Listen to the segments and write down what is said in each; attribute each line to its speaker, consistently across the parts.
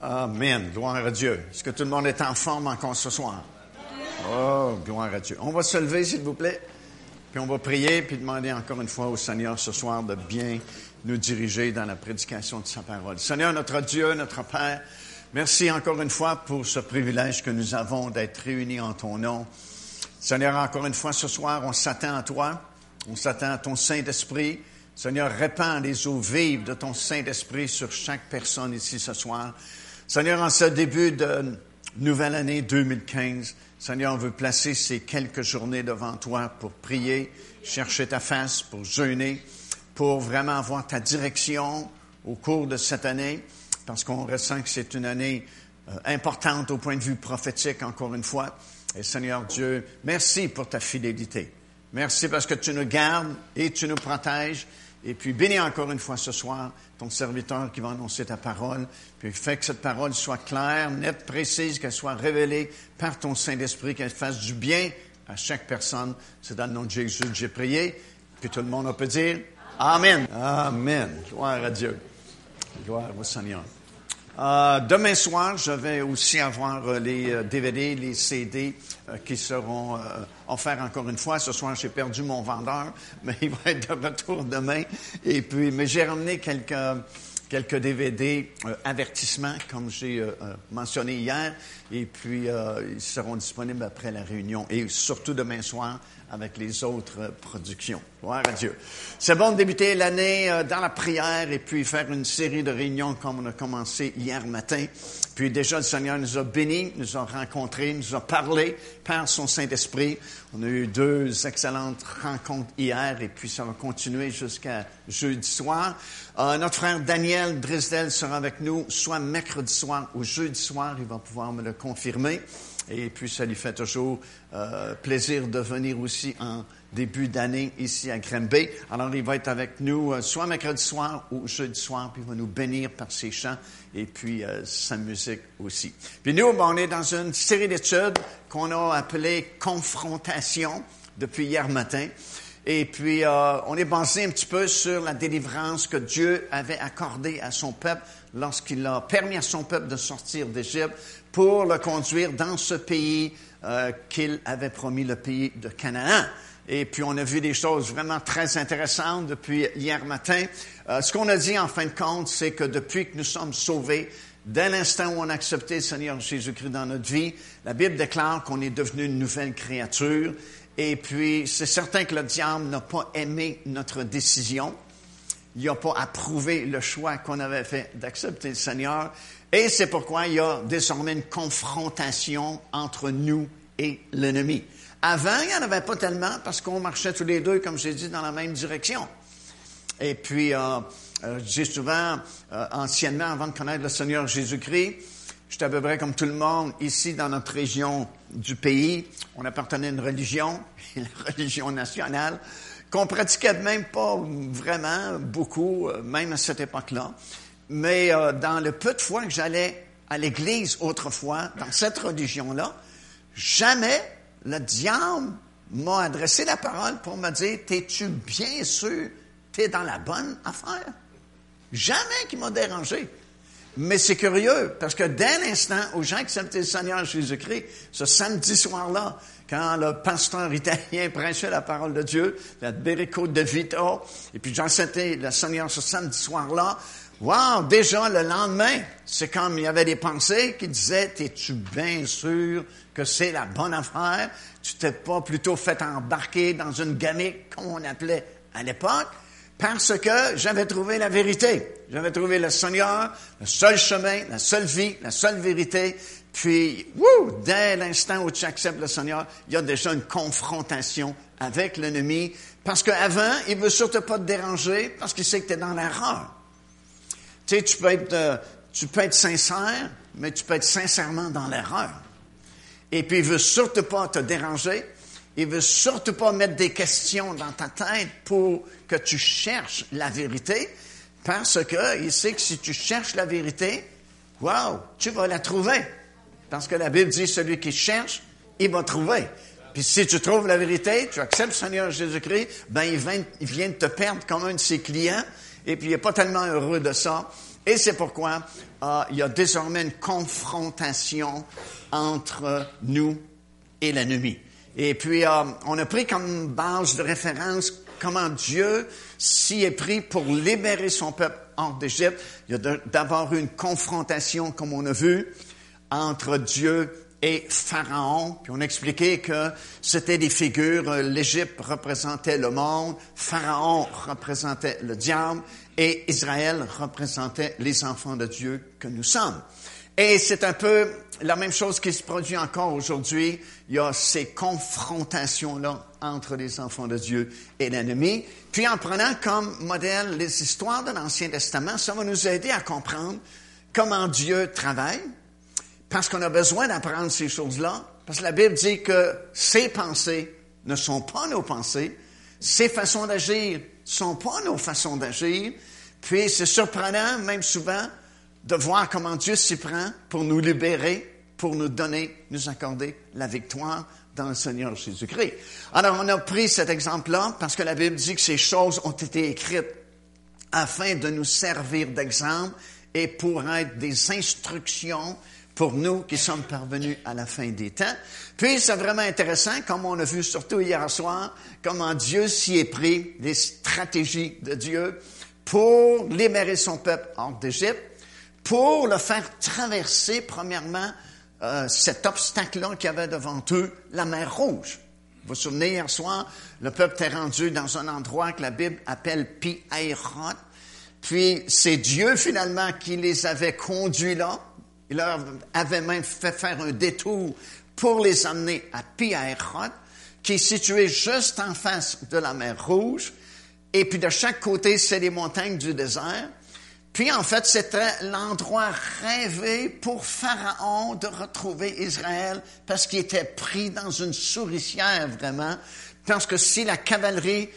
Speaker 1: Amen. Gloire à Dieu. Est-ce que tout le monde est en forme encore ce soir? Oh, gloire à Dieu. On va se lever, s'il vous plaît, puis on va prier, puis demander encore une fois au Seigneur ce soir de bien nous diriger dans la prédication de sa parole. Seigneur, notre Dieu, notre Père, merci encore une fois pour ce privilège que nous avons d'être réunis en ton nom. Seigneur, encore une fois ce soir, on s'attend à toi, on s'attend à ton Saint-Esprit. Seigneur, répands les eaux vives de ton Saint-Esprit sur chaque personne ici ce soir. Seigneur, en ce début de nouvelle année 2015, Seigneur, on veut placer ces quelques journées devant toi pour prier, chercher ta face, pour jeûner, pour vraiment avoir ta direction au cours de cette année, parce qu'on ressent que c'est une année importante au point de vue prophétique, encore une fois. Et Seigneur Dieu, merci pour ta fidélité. Merci parce que tu nous gardes et tu nous protèges. Et puis, bénis encore une fois ce soir ton serviteur qui va annoncer ta parole. Puis, fais que cette parole soit claire, nette, précise, qu'elle soit révélée par ton Saint-Esprit, qu'elle fasse du bien à chaque personne. C'est dans le nom de Jésus que j'ai prié. Puis, tout le monde peut dire Amen. Amen. Gloire à Dieu. Gloire au Seigneur. Demain soir, je vais aussi avoir les DVD, les CD qui seront offerts encore une fois. Ce soir, j'ai perdu mon vendeur, mais il va être de retour demain. Et puis, mais j'ai ramené quelques DVD avertissements, comme j'ai mentionné hier. Et puis, ils seront disponibles après la réunion et surtout demain soir avec les autres productions. Gloire à Dieu. C'est bon de débuter l'année dans la prière et puis faire une série de réunions comme on a commencé hier matin. Puis déjà, le Seigneur nous a bénis, nous a rencontrés, nous a parlé par son Saint-Esprit. On a eu 2 excellentes rencontres hier et puis ça va continuer jusqu'à jeudi soir. Notre frère Daniel Drisdel sera avec nous soit mercredi soir ou jeudi soir. Il va pouvoir me le confirmer. Et puis, ça lui fait toujours plaisir de venir aussi en début d'année ici à Granby. Alors, il va être avec nous soit mercredi soir ou jeudi soir, puis il va nous bénir par ses chants et puis sa musique aussi. Puis nous, on est dans une série d'études qu'on a appelée « Confrontation » depuis hier matin. Et puis, on est basé un petit peu sur la délivrance que Dieu avait accordée à son peuple lorsqu'il a permis à son peuple de sortir d'Égypte pour le conduire dans ce pays qu'il avait promis, le pays de Canaan. Et puis, on a vu des choses vraiment très intéressantes depuis hier matin. Ce qu'on a dit, en fin de compte, c'est que depuis que nous sommes sauvés, dès l'instant où on a accepté le Seigneur Jésus-Christ dans notre vie, la Bible déclare qu'on est devenu une nouvelle créature. Et puis, c'est certain que le diable n'a pas aimé notre décision. Il n'a pas approuvé le choix qu'on avait fait d'accepter le Seigneur. Et c'est pourquoi il y a désormais une confrontation entre nous et l'ennemi. Avant, il n'y en avait pas tellement parce qu'on marchait tous les deux, comme j'ai dit, dans la même direction. Et puis, je dis souvent, anciennement, avant de connaître le Seigneur Jésus-Christ, j'étais à peu près comme tout le monde ici dans notre région du pays. On appartenait à une religion, la religion nationale, qu'on pratiquait même pas vraiment beaucoup, même à cette époque-là. Mais dans le peu de fois que j'allais à l'église autrefois, dans cette religion-là, jamais le diable m'a adressé la parole pour me dire « T'es-tu bien sûr, t'es dans la bonne affaire? » Jamais qu'il m'a dérangé. Mais c'est curieux, parce que dès l'instant où j'ai accepté le Seigneur Jésus-Christ, ce samedi soir-là, quand le pasteur italien prêchait la parole de Dieu, la Berico de Vito, et puis j'ai accepté le Seigneur ce samedi soir-là, wow, déjà le lendemain, c'est comme il y avait des pensées qui disaient, t'es-tu bien sûr que c'est la bonne affaire? Tu t'es pas plutôt fait embarquer dans une gamique, comme on appelait à l'époque? Parce que j'avais trouvé la vérité. J'avais trouvé le Seigneur, le seul chemin, la seule vie, la seule vérité. Puis, dès l'instant où tu acceptes le Seigneur, il y a déjà une confrontation avec l'ennemi. Parce qu'avant, il veut surtout pas te déranger parce qu'il sait que tu es dans l'erreur. Tu sais, tu peux être sincère, mais tu peux être sincèrement dans l'erreur. Et puis, il veut surtout pas te déranger. Il veut surtout pas mettre des questions dans ta tête pour que tu cherches la vérité, parce que il sait que si tu cherches la vérité, tu vas la trouver. Parce que la Bible dit, celui qui cherche, il va trouver. Puis si tu trouves la vérité, tu acceptes le Seigneur Jésus-Christ, il vient de te perdre comme un de ses clients, et puis il n'est pas tellement heureux de ça. Et c'est pourquoi il y a désormais une confrontation entre nous et l'ennemi. Et puis, on a pris comme base de référence comment Dieu s'y est pris pour libérer son peuple hors d'Égypte. Il y a d'abord eu une confrontation, comme on a vu, entre Dieu et Pharaon. Puis on a expliqué que c'était des figures. L'Égypte représentait le monde, Pharaon représentait le diable et Israël représentait les enfants de Dieu que nous sommes. Et c'est un peu la même chose qui se produit encore aujourd'hui. Il y a ces confrontations-là entre les enfants de Dieu et l'ennemi. Puis en prenant comme modèle les histoires de l'Ancien Testament, ça va nous aider à comprendre comment Dieu travaille, parce qu'on a besoin d'apprendre ces choses-là, parce que la Bible dit que ses pensées ne sont pas nos pensées, ses façons d'agir ne sont pas nos façons d'agir. Puis c'est surprenant, même souvent, de voir comment Dieu s'y prend pour nous libérer, pour nous donner, nous accorder la victoire dans le Seigneur Jésus-Christ. Alors, on a pris cet exemple-là parce que la Bible dit que ces choses ont été écrites afin de nous servir d'exemple et pour être des instructions pour nous qui sommes parvenus à la fin des temps. Puis, c'est vraiment intéressant, comme on a vu surtout hier soir, comment Dieu s'y est pris, les stratégies de Dieu pour libérer son peuple hors d'Égypte, pour le faire traverser, premièrement, cet obstacle-là qu'il y avait devant eux, la mer Rouge. Vous vous souvenez, hier soir, le peuple était rendu dans un endroit que la Bible appelle Pi-Hahiroth. Puis, c'est Dieu, finalement, qui les avait conduits là. Il leur avait même fait faire un détour pour les amener à Pi-Hahiroth, qui est situé juste en face de la mer Rouge. Et puis, de chaque côté, c'est les montagnes du désert. Puis, en fait, c'était l'endroit rêvé pour Pharaon de retrouver Israël parce qu'il était pris dans une souricière, vraiment. Parce que si la cavalerie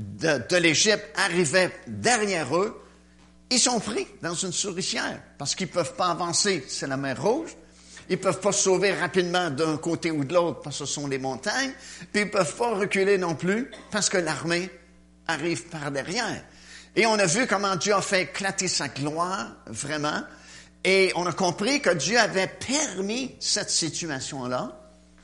Speaker 1: de l'Égypte arrivait derrière eux, ils sont pris dans une souricière parce qu'ils ne peuvent pas avancer. C'est la mer Rouge. Ils ne peuvent pas se sauver rapidement d'un côté ou de l'autre parce que ce sont les montagnes. Puis, ils ne peuvent pas reculer non plus parce que l'armée arrive par derrière. Et on a vu comment Dieu a fait éclater sa gloire, vraiment. Et on a compris que Dieu avait permis cette situation-là.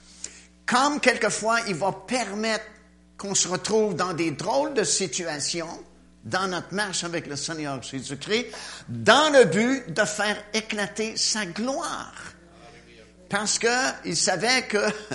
Speaker 1: Comme quelquefois, il va permettre qu'on se retrouve dans des drôles de situations dans notre marche avec le Seigneur Jésus-Christ, dans le but de faire éclater sa gloire. Parce qu'il savait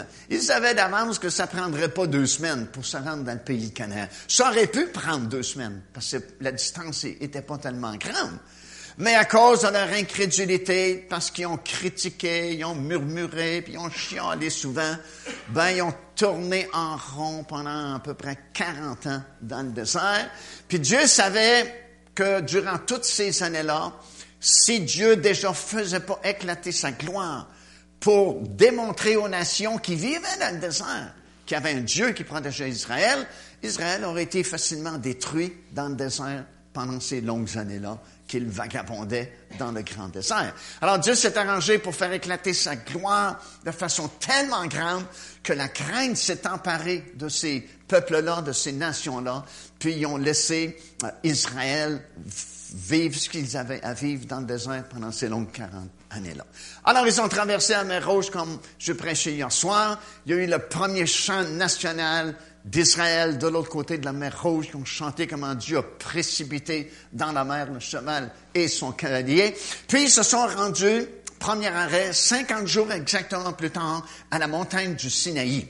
Speaker 1: d'avance que ça ne prendrait pas 2 semaines pour se rendre dans le pays de Canaan. Ça aurait pu prendre 2 semaines, parce que la distance n'était pas tellement grande. Mais à cause de leur incrédulité, parce qu'ils ont critiqué, ils ont murmuré, puis ils ont chialé souvent, ils ont tourné en rond pendant à peu près 40 ans dans le désert. Puis Dieu savait que durant toutes ces années-là, si Dieu déjà faisait pas éclater sa gloire, pour démontrer aux nations qui vivaient dans le désert qu'il y avait un Dieu qui protégeait Israël, Israël aurait été facilement détruit dans le désert pendant ces longues années-là qu'il vagabondait dans le grand désert. Alors Dieu s'est arrangé pour faire éclater sa gloire de façon tellement grande que la crainte s'est emparée de ces peuples-là, de ces nations-là, puis ils ont laissé Israël vivre ce qu'ils avaient à vivre dans le désert pendant ces longues 40 années-là. Alors, ils ont traversé la mer Rouge comme je prêchais hier soir. Il y a eu le premier chant national d'Israël de l'autre côté de la mer Rouge, qui ont chanté comment Dieu a précipité dans la mer le cheval et son cavalier. Puis, ils se sont rendus, premier arrêt, 50 jours exactement plus tard, à la montagne du Sinaï.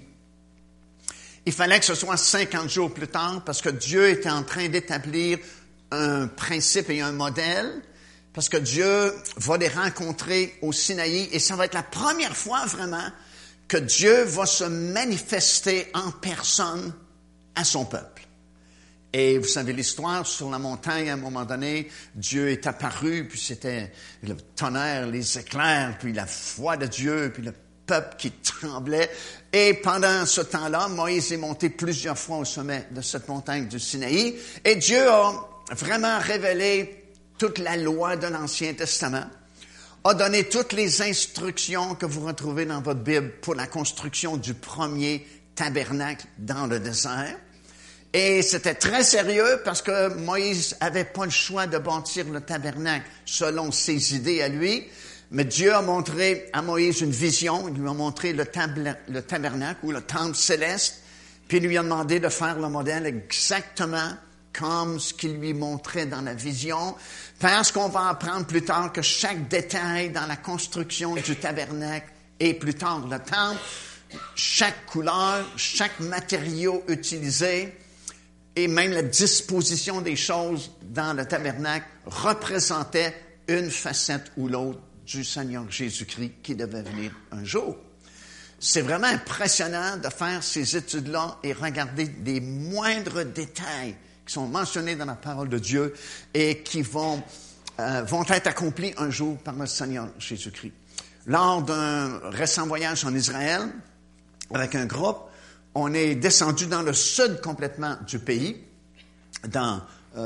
Speaker 1: Il fallait que ce soit 50 jours plus tard parce que Dieu était en train d'établir un principe et un modèle, parce que Dieu va les rencontrer au Sinaï, et ça va être la première fois vraiment que Dieu va se manifester en personne à son peuple. Et vous savez l'histoire, sur la montagne, à un moment donné, Dieu est apparu, puis c'était le tonnerre, les éclairs, puis la foi de Dieu, puis le peuple qui tremblait. Et pendant ce temps-là, Moïse est monté plusieurs fois au sommet de cette montagne du Sinaï, et Dieu a vraiment révélé toute la loi de l'Ancien Testament, a donné toutes les instructions que vous retrouvez dans votre Bible pour la construction du premier tabernacle dans le désert. Et c'était très sérieux parce que Moïse avait pas le choix de bâtir le tabernacle selon ses idées à lui. Mais Dieu a montré à Moïse une vision. Il lui a montré le tabernacle ou le temple céleste. Puis il lui a demandé de faire le modèle exactement comme ce qu'il lui montrait dans la vision. Parce qu'on va apprendre plus tard que chaque détail dans la construction du tabernacle et plus tard le temple, chaque couleur, chaque matériau utilisé et même la disposition des choses dans le tabernacle représentait une facette ou l'autre du Seigneur Jésus-Christ qui devait venir un jour. C'est vraiment impressionnant de faire ces études-là et regarder des moindres détails qui sont mentionnés dans la parole de Dieu et qui vont être accomplis un jour par le Seigneur Jésus-Christ. Lors d'un récent voyage en Israël, avec un groupe, on est descendu dans le sud complètement du pays, dans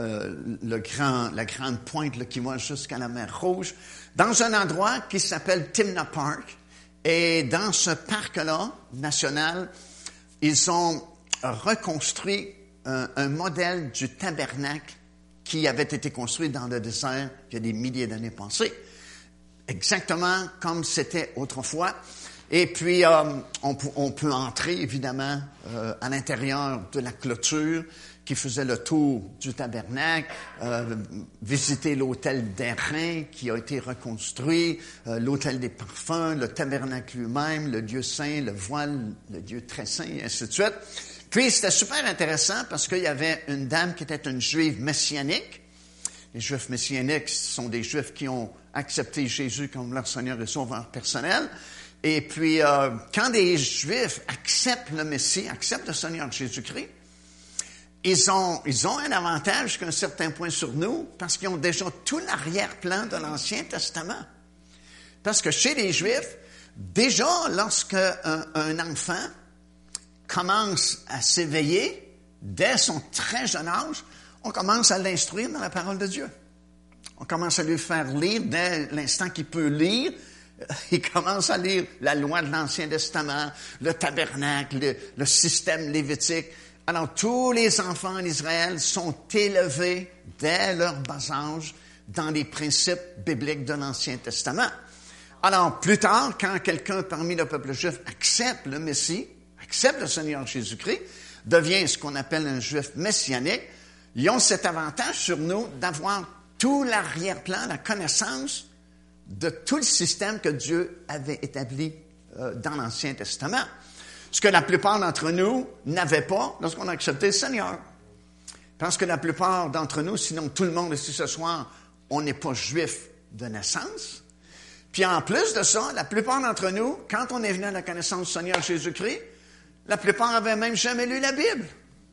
Speaker 1: la grande pointe là, qui va jusqu'à la mer Rouge, dans un endroit qui s'appelle Timna Park. Et dans ce parc-là, national, ils ont reconstruit un modèle du tabernacle qui avait été construit dans le désert il y a des milliers d'années passées. Exactement comme c'était autrefois. Et puis, on peut entrer, évidemment, à l'intérieur de la clôture qui faisait le tour du tabernacle, visiter l'autel d'airain qui a été reconstruit, l'autel des parfums, le tabernacle lui-même, le Dieu saint, le voile, le Dieu très saint, et ainsi de suite. Puis, c'était super intéressant parce qu'il y avait une dame qui était une juive messianique. Les juifs messianiques sont des juifs qui ont accepté Jésus comme leur Seigneur et Sauveur personnel. Et puis, quand des Juifs acceptent le Messie, acceptent le Seigneur Jésus-Christ, ils ont un avantage jusqu'à un certain point sur nous parce qu'ils ont déjà tout l'arrière-plan de l'Ancien Testament. Parce que chez les Juifs, déjà, lorsque un enfant commence à s'éveiller, dès son très jeune âge, on commence à l'instruire dans la parole de Dieu. On commence à lui faire lire dès l'instant qu'il peut lire. Il commence à lire la loi de l'Ancien Testament, le tabernacle, le système lévitique. Alors, tous les enfants en Israël sont élevés dès leur bas âge dans les principes bibliques de l'Ancien Testament. Alors, plus tard, quand quelqu'un parmi le peuple juif accepte le Messie, accepte le Seigneur Jésus-Christ, devient ce qu'on appelle un juif messianique, ils ont cet avantage sur nous d'avoir tout l'arrière-plan, la connaissance de tout le système que Dieu avait établi dans l'Ancien Testament. Ce que la plupart d'entre nous n'avaient pas lorsqu'on a accepté le Seigneur. Parce que la plupart d'entre nous, sinon tout le monde ici ce soir, on n'est pas juif de naissance. Puis en plus de ça, la plupart d'entre nous, quand on est venu à la connaissance du Seigneur Jésus-Christ, la plupart n'avaient même jamais lu la Bible.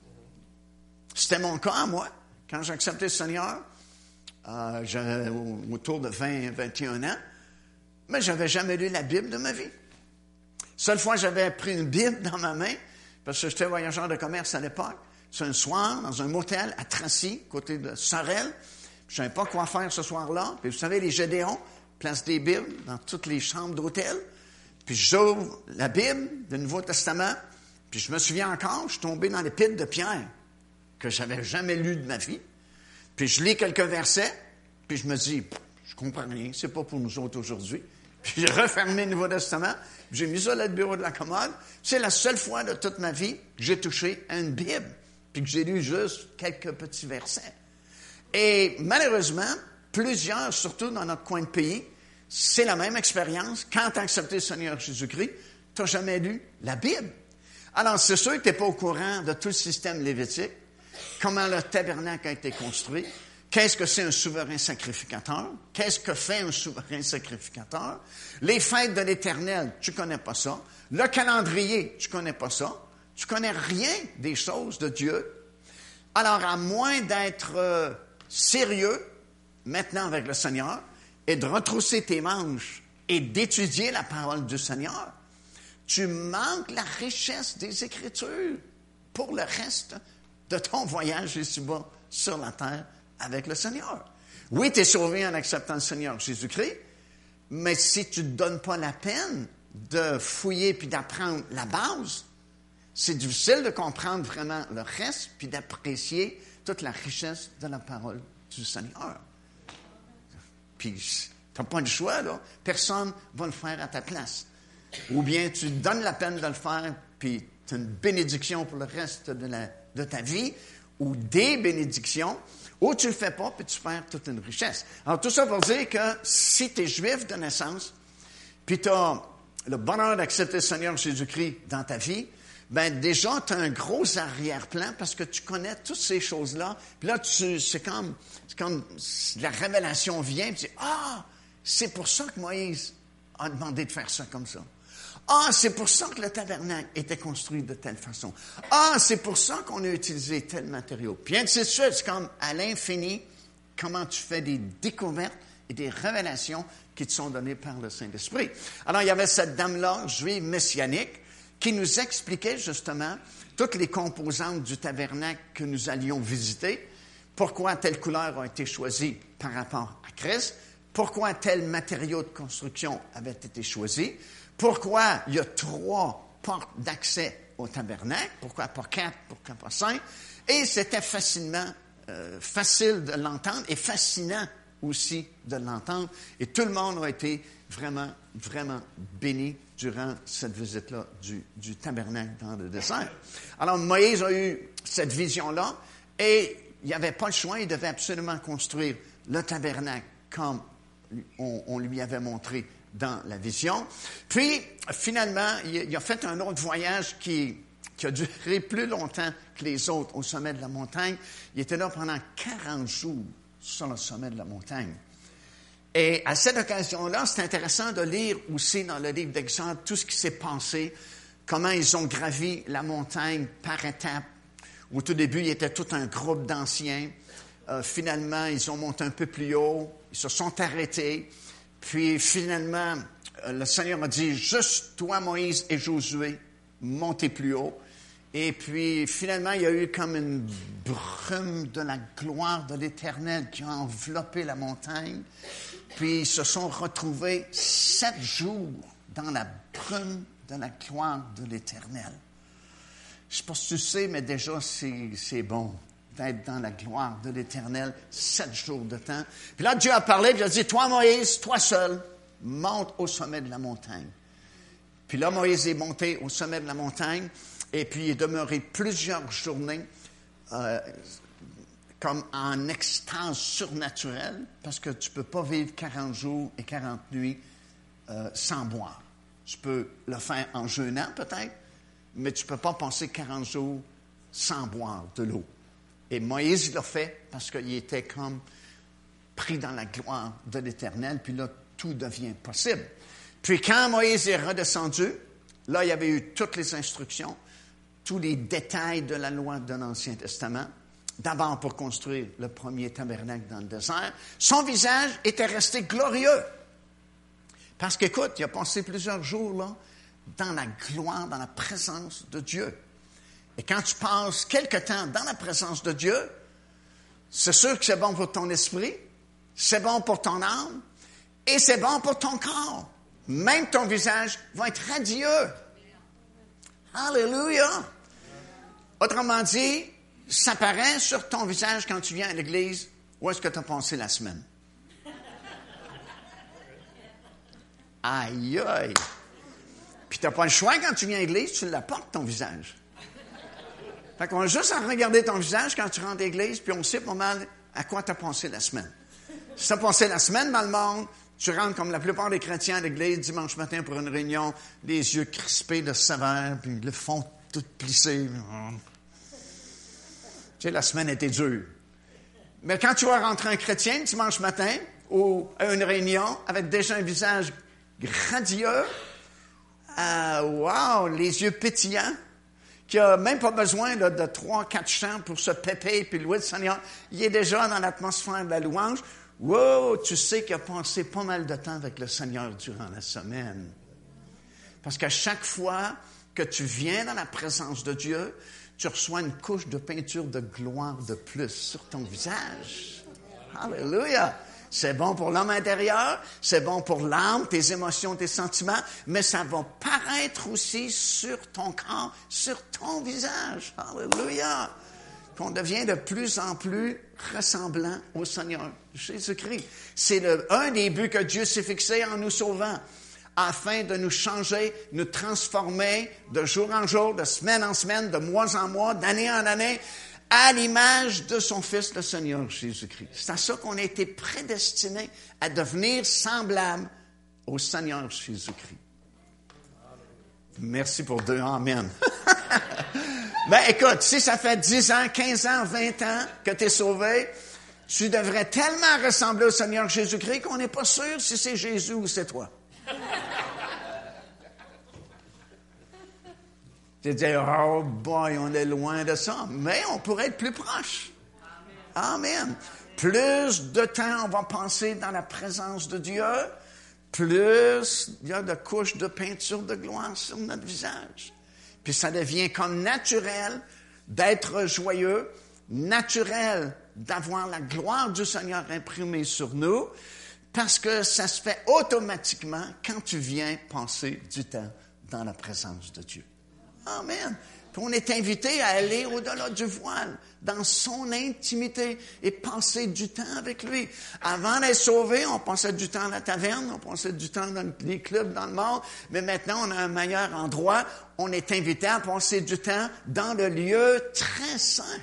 Speaker 1: C'était mon cas, moi. Quand j'ai accepté le Seigneur, j'avais autour de 20, 21 ans, mais je n'avais jamais lu la Bible de ma vie. Seule fois j'avais pris une Bible dans ma main, parce que j'étais voyageur de commerce à l'époque, c'est un soir, dans un motel à Tracy, côté de Sorel. Je ne savais pas quoi faire ce soir-là. Puis vous savez, les Gédéons placent des Bibles dans toutes les chambres d'hôtel. Puis j'ouvre la Bible du Nouveau Testament, puis je me souviens encore, je suis tombé dans l'épître de Pierre, que je n'avais jamais lu de ma vie. Puis je lis quelques versets, puis je me dis, je comprends rien, c'est pas pour nous autres aujourd'hui. Puis j'ai refermé le Nouveau Testament, puis j'ai mis ça là, le bureau de la commode. C'est la seule fois de toute ma vie que j'ai touché à une Bible, puis que j'ai lu juste quelques petits versets. Et malheureusement, plusieurs, surtout dans notre coin de pays, c'est la même expérience. Quand tu as accepté le Seigneur Jésus-Christ, tu n'as jamais lu la Bible. Alors, c'est sûr que tu n'es pas au courant de tout le système lévitique, comment le tabernacle a été construit, qu'est-ce que c'est un souverain sacrificateur, qu'est-ce que fait un souverain sacrificateur, les fêtes de l'Éternel, tu ne connais pas ça, le calendrier, tu ne connais pas ça, tu ne connais rien des choses de Dieu. Alors, à moins d'être sérieux maintenant avec le Seigneur et de retrousser tes manches et d'étudier la parole du Seigneur, tu manques la richesse des Écritures pour le reste de ton voyage ici-bas sur la terre avec le Seigneur. Oui, tu es sauvé en acceptant le Seigneur Jésus-Christ, mais si tu ne te donnes pas la peine de fouiller puis d'apprendre la base, C'est difficile de comprendre vraiment le reste, puis d'apprécier toute la richesse de la parole du Seigneur. Puis, tu n'as pas le choix, là. Personne ne va le faire à ta place. Ou bien tu te donnes la peine de le faire, puis tu as une bénédiction pour le reste de ta vie, ou des bénédictions, ou tu ne le fais pas, puis tu perds toute une richesse. Alors, tout ça pour dire que si tu es juif de naissance, puis tu as le bonheur d'accepter le Seigneur Jésus-Christ dans ta vie, ben déjà, tu as un gros arrière-plan parce que tu connais toutes ces choses-là. Puis là, c'est comme la révélation vient, puis tu dis, c'est pour ça que Moïse a demandé de faire ça comme ça. C'est pour ça que le tabernacle était construit de telle façon. C'est pour ça qu'on a utilisé tel matériau. Puis ainsi de suite, c'est comme à l'infini, comment tu fais des découvertes et des révélations qui te sont données par le Saint-Esprit. Alors, il y avait cette dame-là, juive messianique, qui nous expliquait justement toutes les composantes du tabernacle que nous allions visiter, pourquoi telle couleur a été choisie par rapport à Christ, pourquoi tel matériau de construction avait été choisi, pourquoi il y a 3 portes d'accès au tabernacle, pourquoi pas 4, pourquoi pas 5, et c'était facile de l'entendre et fascinant aussi de l'entendre, et tout le monde a été vraiment, vraiment béni durant cette visite-là du tabernacle dans le désert. Alors, Moïse a eu cette vision-là, et il n'y avait pas le choix, il devait absolument construire le tabernacle comme on lui avait montré dans la vision. Puis, finalement, il a fait un autre voyage qui a duré plus longtemps que les autres au sommet de la montagne. Il était là pendant 40 jours sur le sommet de la montagne. Et à cette occasion-là, c'est intéressant de lire aussi dans le livre d'Exode tout ce qui s'est passé, comment ils ont gravi la montagne par étapes. Au tout début, il était tout un groupe d'anciens. Finalement, ils ont monté un peu plus haut, ils se sont arrêtés. Puis finalement, le Seigneur a dit, juste toi, Moïse et Josué, montez plus haut. Et puis finalement, il y a eu comme une brume de la gloire de l'Éternel qui a enveloppé la montagne. Puis ils se sont retrouvés 7 jours dans la brume de la gloire de l'Éternel. Je ne sais pas si tu sais, mais déjà, c'est bon d'être dans la gloire de l'Éternel 7 jours de temps. Puis là, Dieu a parlé, puis il a dit, toi, Moïse, toi seul, monte au sommet de la montagne. Puis là, Moïse est monté au sommet de la montagne, et puis il est demeuré plusieurs journées comme en extase surnaturelle, parce que tu ne peux pas vivre 40 jours et 40 nuits sans boire. Tu peux le faire en jeûnant peut-être, mais tu ne peux pas passer 40 jours sans boire de l'eau. Et Moïse l'a fait parce qu'il était comme pris dans la gloire de l'Éternel, puis là, tout devient possible. Puis quand Moïse est redescendu, là, il y avait eu toutes les instructions, tous les détails de la loi de l'Ancien Testament, d'abord pour construire le premier tabernacle dans le désert. Son visage était resté glorieux. Parce qu'écoute, il a passé plusieurs jours là, dans la gloire, dans la présence de Dieu. Et quand tu passes quelque temps dans la présence de Dieu, c'est sûr que c'est bon pour ton esprit, c'est bon pour ton âme, et c'est bon pour ton corps. Même ton visage va être radieux. Alléluia! Autrement dit, ça paraît sur ton visage quand tu viens à l'église, où est-ce que tu as passé la semaine? Aïe, aïe! Puis tu n'as pas le choix quand tu viens à l'église, tu l'apportes ton visage. Fait qu'on a juste à regarder ton visage quand tu rentres à l'église, puis on sait pas mal à quoi tu as passé la semaine. Si tu as passé la semaine dans le monde, tu rentres comme la plupart des chrétiens à l'église dimanche matin pour une réunion, les yeux crispés de sévère, puis le fond tout plissé. Tu sais, la semaine était dure. Mais quand tu vas rentrer un chrétien dimanche matin ou à une réunion avec déjà un visage radieux, wow, les yeux pétillants, qui n'a même pas besoin là, de 3-4 chants pour se péper puis louer le Seigneur, il est déjà dans l'atmosphère de la louange. Wow, tu sais qu'il a passé pas mal de temps avec le Seigneur durant la semaine. Parce qu'à chaque fois que tu viens dans la présence de Dieu, tu reçois une couche de peinture de gloire de plus sur ton visage. Alléluia! C'est bon pour l'homme intérieur, c'est bon pour l'âme, tes émotions, tes sentiments, mais ça va paraître aussi sur ton corps, sur ton visage. Alléluia! Qu'on devient de plus en plus ressemblant au Seigneur Jésus-Christ. C'est un des buts que Dieu s'est fixé en nous sauvant, afin de nous changer, nous transformer de jour en jour, de semaine en semaine, de mois en mois, d'année en année, à l'image de son Fils, le Seigneur Jésus-Christ. C'est à ça qu'on a été prédestinés à devenir semblables au Seigneur Jésus-Christ. Merci pour 2 Amen. Ben écoute, si ça fait 10 ans, 15 ans, 20 ans que tu es sauvé, tu devrais tellement ressembler au Seigneur Jésus-Christ qu'on n'est pas sûr si c'est Jésus ou c'est toi. Tu dis, oh boy, on est loin de ça. Mais on pourrait être plus proche. Amen. Plus de temps on va passer dans la présence de Dieu, plus il y a de couches de peinture de gloire sur notre visage. Puis ça devient comme naturel d'être joyeux, naturel d'avoir la gloire du Seigneur imprimée sur nous, parce que ça se fait automatiquement quand tu viens passer du temps dans la présence de Dieu. Amen. Puis on est invité à aller au-delà du voile, dans son intimité, et passer du temps avec lui. Avant d'être sauvé, on passait du temps à la taverne, on passait du temps dans les clubs dans le monde, mais maintenant on a un meilleur endroit. On est invité à passer du temps dans le lieu très saint.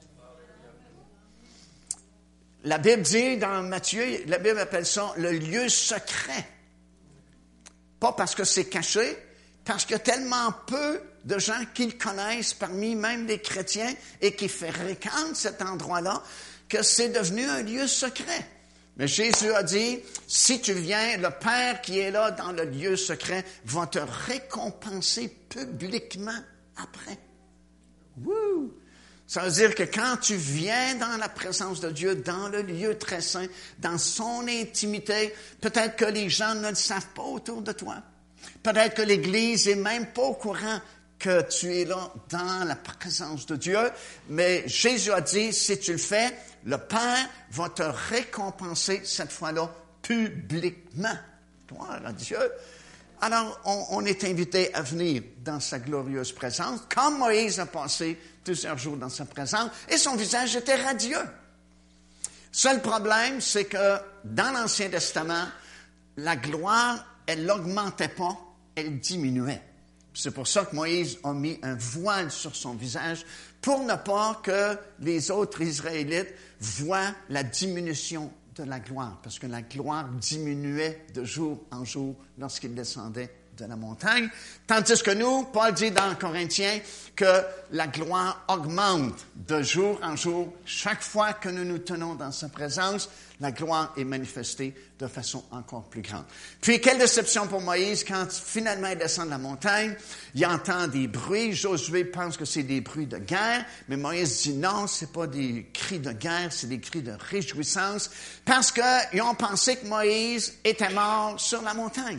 Speaker 1: La Bible dit dans Matthieu, la Bible appelle ça le lieu secret. Pas parce que c'est caché, parce qu'il y a tellement peu de gens qui le connaissent parmi même les chrétiens et qui fréquentent cet endroit-là, que c'est devenu un lieu secret. Mais Jésus a dit, si tu viens, le Père qui est là dans le lieu secret va te récompenser publiquement après. Wouh! Ça veut dire que quand tu viens dans la présence de Dieu, dans le lieu très saint, dans son intimité, peut-être que les gens ne le savent pas autour de toi. Peut-être que l'Église n'est même pas au courant que tu es là dans la présence de Dieu, mais Jésus a dit, si tu le fais, le Père va te récompenser cette fois-là publiquement. Gloire à Dieu. Alors, on est invité à venir dans sa glorieuse présence, comme Moïse a passé plusieurs jours dans sa présence, et son visage était radieux. Seul problème, c'est que dans l'Ancien Testament, la gloire, elle n'augmentait pas, elle diminuait. C'est pour ça que Moïse a mis un voile sur son visage pour ne pas que les autres Israélites voient la diminution de la gloire, parce que la gloire diminuait de jour en jour lorsqu'il descendait de la montagne. Tandis que nous, Paul dit dans Corinthiens que la gloire augmente de jour en jour. Chaque fois que nous nous tenons dans sa présence, la gloire est manifestée de façon encore plus grande. Puis, quelle déception pour Moïse quand finalement il descend de la montagne, il entend des bruits. Josué pense que c'est des bruits de guerre, mais Moïse dit non, c'est pas des cris de guerre, c'est des cris de réjouissance, parce qu'ils ont pensé que Moïse était mort sur la montagne.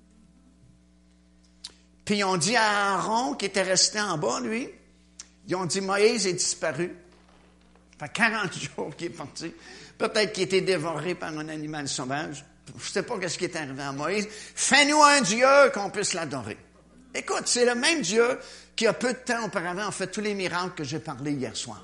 Speaker 1: Puis ils ont dit à Aaron, qui était resté en bas, lui, ils ont dit, Moïse est disparu. Ça fait 40 jours qu'il est parti. Peut-être qu'il était dévoré par un animal sauvage. Je ne sais pas ce qui est arrivé à Moïse. Fais-nous un Dieu qu'on puisse l'adorer. Écoute, c'est le même Dieu qui, a peu de temps auparavant, a fait tous les miracles que j'ai parlé hier soir.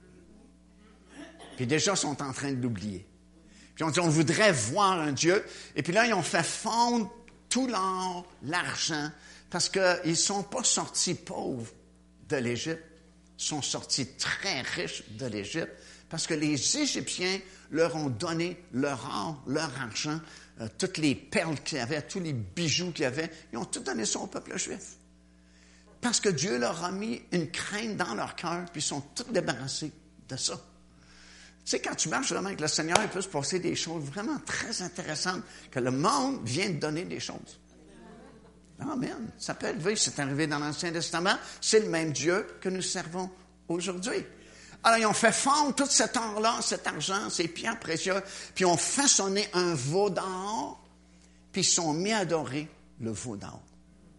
Speaker 1: Puis déjà, ils sont en train de l'oublier. Puis on dit, on voudrait voir un Dieu. Et puis là, ils ont fait fondre tout l'or, l'argent, parce qu'ils ne sont pas sortis pauvres de l'Égypte, ils sont sortis très riches de l'Égypte, parce que les Égyptiens leur ont donné leur or, leur argent, toutes les perles qu'il y avait, tous les bijoux qu'il y avait, ils ont tout donné ça au peuple juif. Parce que Dieu leur a mis une crainte dans leur cœur, puis ils sont tous débarrassés de ça. Tu sais, quand tu marches vraiment avec le Seigneur, il peut se passer des choses vraiment très intéressantes, que le monde vient de donner des choses. Amen. Ça peut arriver, c'est arrivé dans l'Ancien Testament. C'est le même Dieu que nous servons aujourd'hui. Alors, ils ont fait fondre tout cet or-là, cet argent, ces pierres précieuses, puis ils ont façonné un veau d'or, puis ils sont mis à adorer le veau d'or.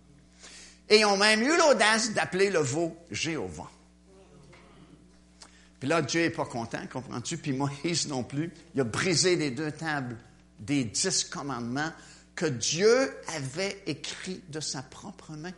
Speaker 1: Et ils ont même eu l'audace d'appeler le veau Jéhovah. Puis là, Dieu n'est pas content, comprends-tu? Puis Moïse non plus. Il a brisé les 2 tables des 10 commandements que Dieu avait écrits de sa propre main.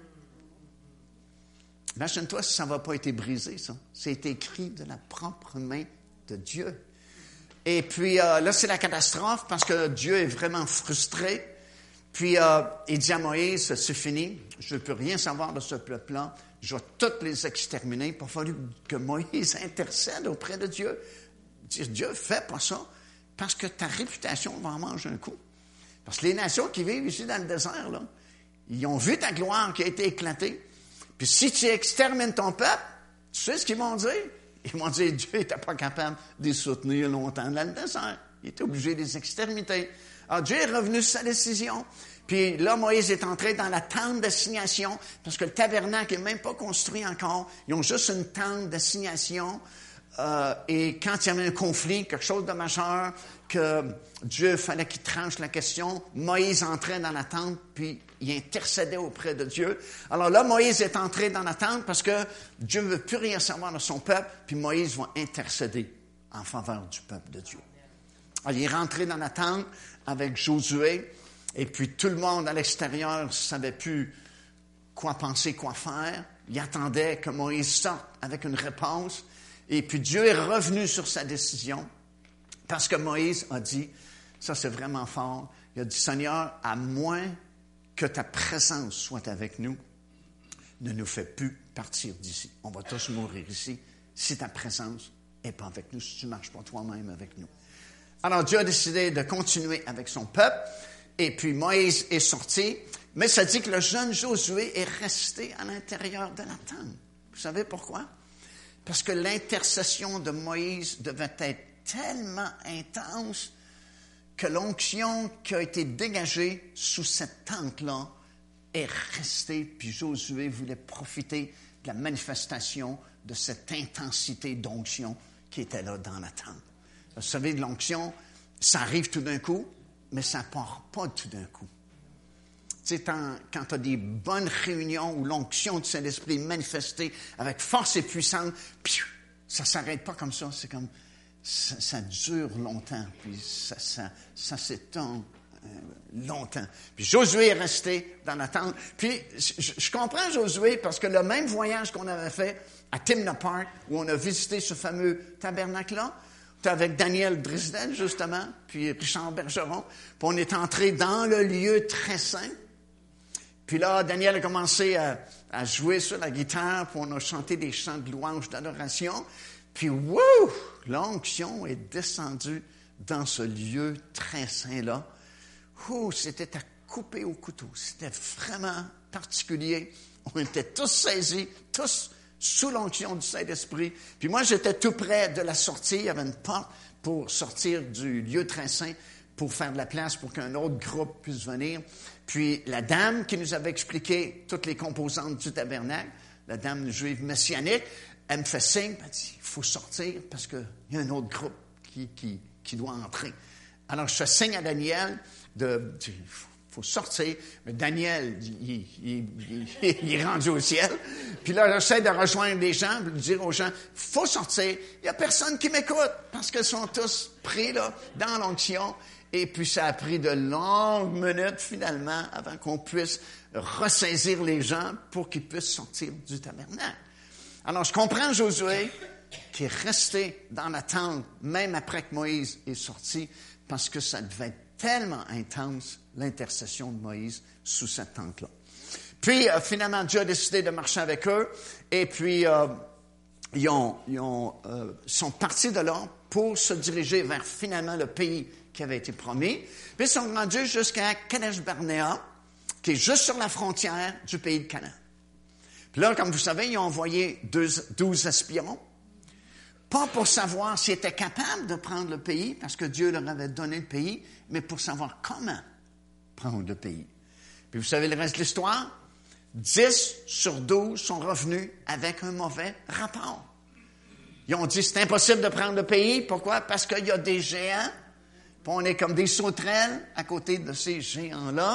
Speaker 1: Imagine-toi si ça n'avait pas été brisé, ça. C'est écrit de la propre main de Dieu. Et puis là, c'est la catastrophe parce que Dieu est vraiment frustré. Puis il dit à Moïse, c'est fini, je ne peux rien savoir de ce peuple-là. Je vais tous les exterminer. Il a fallu que Moïse intercède auprès de Dieu. Dieu, fais pas ça, parce que ta réputation va en manger un coup. Parce que les nations qui vivent ici dans le désert, là, ils ont vu ta gloire qui a été éclatée. Puis si tu extermines ton peuple, tu sais ce qu'ils vont dire? Ils vont dire, Dieu n'était pas capable de les soutenir longtemps dans le désert. Il était obligé de les exterminer. Alors Dieu est revenu sur sa décision. Puis là, Moïse est entré dans la tente d'assignation, parce que le tabernacle n'est même pas construit encore. Ils ont juste une tente d'assignation. Et quand il y avait un conflit, quelque chose de majeur, que Dieu fallait qu'il tranche la question, Moïse entrait dans la tente, puis il intercédait auprès de Dieu. Alors là, Moïse est entré dans la tente parce que Dieu ne veut plus rien savoir de son peuple, puis Moïse va intercéder en faveur du peuple de Dieu. Alors, il est rentré dans la tente avec Josué, et puis tout le monde à l'extérieur ne savait plus quoi penser, quoi faire. Il attendait que Moïse sorte avec une réponse. Et puis Dieu est revenu sur sa décision parce que Moïse a dit, ça c'est vraiment fort, il a dit, Seigneur, à moins que ta présence soit avec nous, ne nous fais plus partir d'ici. On va tous mourir ici si ta présence n'est pas avec nous, si tu ne marches pas toi-même avec nous. Alors Dieu a décidé de continuer avec son peuple. Et puis Moïse est sorti, mais ça dit que le jeune Josué est resté à l'intérieur de la tente. Vous savez pourquoi? Parce que l'intercession de Moïse devait être tellement intense que l'onction qui a été dégagée sous cette tente-là est restée, puis Josué voulait profiter de la manifestation de cette intensité d'onction qui était là dans la tente. Vous savez, de l'onction, ça arrive tout d'un coup, mais ça ne part pas tout d'un coup. Tu sais, quand tu as des bonnes réunions où l'onction du Saint-Esprit est manifestée avec force et puissance, ça ne s'arrête pas comme ça. C'est comme, ça dure longtemps, puis ça s'étend longtemps. Puis Josué est resté dans la tente. Puis je comprends Josué parce que le même voyage qu'on avait fait à Timna Park, où on a visité ce fameux tabernacle-là, avec Daniel Drisden, justement, puis Richard Bergeron. Puis on est entré dans le lieu très saint. Puis là, Daniel a commencé à jouer sur la guitare, puis on a chanté des chants de louange, d'adoration. Puis, wouh! L'onction est descendue dans ce lieu très saint-là. Ouh! C'était à couper au couteau. C'était vraiment particulier. On était tous saisis, tous sous l'onction du Saint-Esprit. Puis moi, j'étais tout près de la sortie. Il y avait une porte pour sortir du lieu très saint, pour faire de la place pour qu'un autre groupe puisse venir. Puis la dame qui nous avait expliqué toutes les composantes du tabernacle, la dame juive messianique, elle me fait signe, elle dit, il faut sortir parce qu'il y a un autre groupe qui doit entrer. Alors je fais signe à Daniel il faut sortir. Mais Daniel, il est rendu au ciel. Puis là, j'essaie de rejoindre les gens, de dire aux gens, il faut sortir. Il n'y a personne qui m'écoute parce qu'ils sont tous pris là, dans l'onction. Et puis, ça a pris de longues minutes, finalement, avant qu'on puisse ressaisir les gens pour qu'ils puissent sortir du tabernacle. Alors, je comprends Josué qui est resté dans la tente, même après que Moïse est sorti, parce que ça devait être tellement intense, l'intercession de Moïse sous cette tente-là. Puis, finalement, Dieu a décidé de marcher avec eux, et puis, ils sont partis de là pour se diriger vers, finalement, le pays qui avait été promis. Puis, ils sont rendus jusqu'à Kadesh Barnéa, qui est juste sur la frontière du pays de Canaan. Puis là, comme vous savez, ils ont envoyé 12 espions, pas pour savoir s'ils étaient capables de prendre le pays, parce que Dieu leur avait donné le pays, mais pour savoir comment prendre le pays. Puis vous savez le reste de l'histoire? 10 sur 12 sont revenus avec un mauvais rapport. Ils ont dit, c'est impossible de prendre le pays. Pourquoi? Parce qu'il y a des géants, puis on est comme des sauterelles à côté de ces géants-là.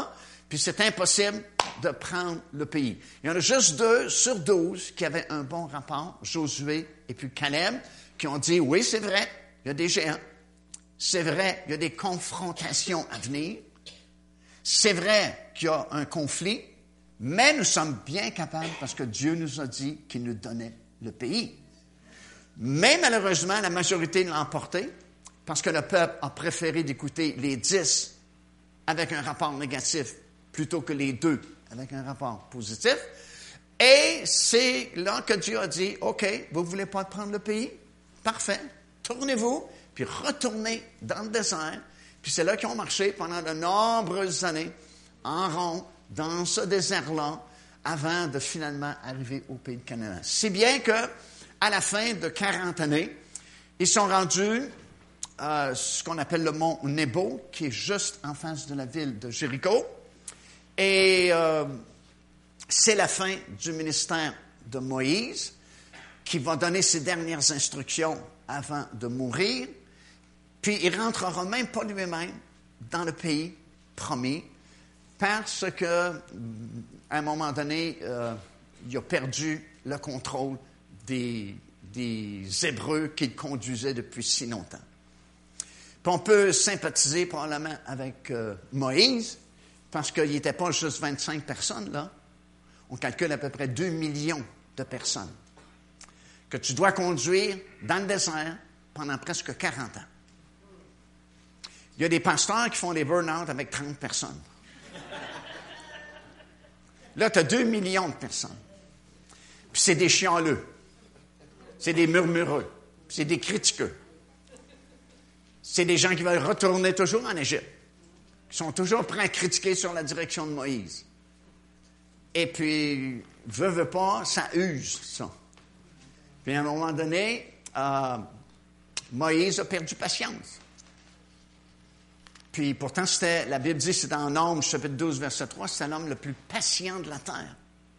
Speaker 1: puis c'est impossible de prendre le pays. Il y en a juste 2 sur 12 qui avaient un bon rapport, Josué et puis Caleb, qui ont dit, oui, c'est vrai, il y a des géants. C'est vrai, il y a des confrontations à venir. C'est vrai qu'il y a un conflit, mais nous sommes bien capables parce que Dieu nous a dit qu'il nous donnait le pays. Mais malheureusement, la majorité l'a emporté parce que le peuple a préféré d'écouter les 10 avec un rapport négatif plutôt que les 2 avec un rapport positif. Et c'est là que Dieu a dit, OK, vous ne voulez pas prendre le pays? Parfait, tournez-vous, puis retournez dans le désert. Puis c'est là qu'ils ont marché pendant de nombreuses années en rond dans ce désert-là avant de finalement arriver au pays de Canaan. Si bien que à la fin de 40 années, ils sont rendus ce qu'on appelle le mont Nebo, qui est juste en face de la ville de Jéricho. Et c'est la fin du ministère de Moïse, qui va donner ses dernières instructions avant de mourir. Puis il ne rentrera même pas lui-même dans le pays promis, parce que à un moment donné, il a perdu le contrôle des Hébreux qu'il conduisait depuis si longtemps. Puis on peut sympathiser probablement avec Moïse, parce qu'il n'était pas juste 25 personnes, là. On calcule à peu près 2 millions de personnes que tu dois conduire dans le désert pendant presque 40 ans. Il y a des pasteurs qui font des burn-out avec 30 personnes. Là, tu as 2 millions de personnes. Puis c'est des chialeux. C'est des murmureux. C'est des critiqueux. C'est des gens qui veulent retourner toujours en Égypte. Qui sont toujours prêts à critiquer sur la direction de Moïse. Et puis, veut pas, ça use, ça. Puis à un moment donné, Moïse a perdu patience. Puis pourtant, la Bible dit, c'est dans Nombres, chapitre 12, verset 3, c'est l'homme le plus patient de la terre.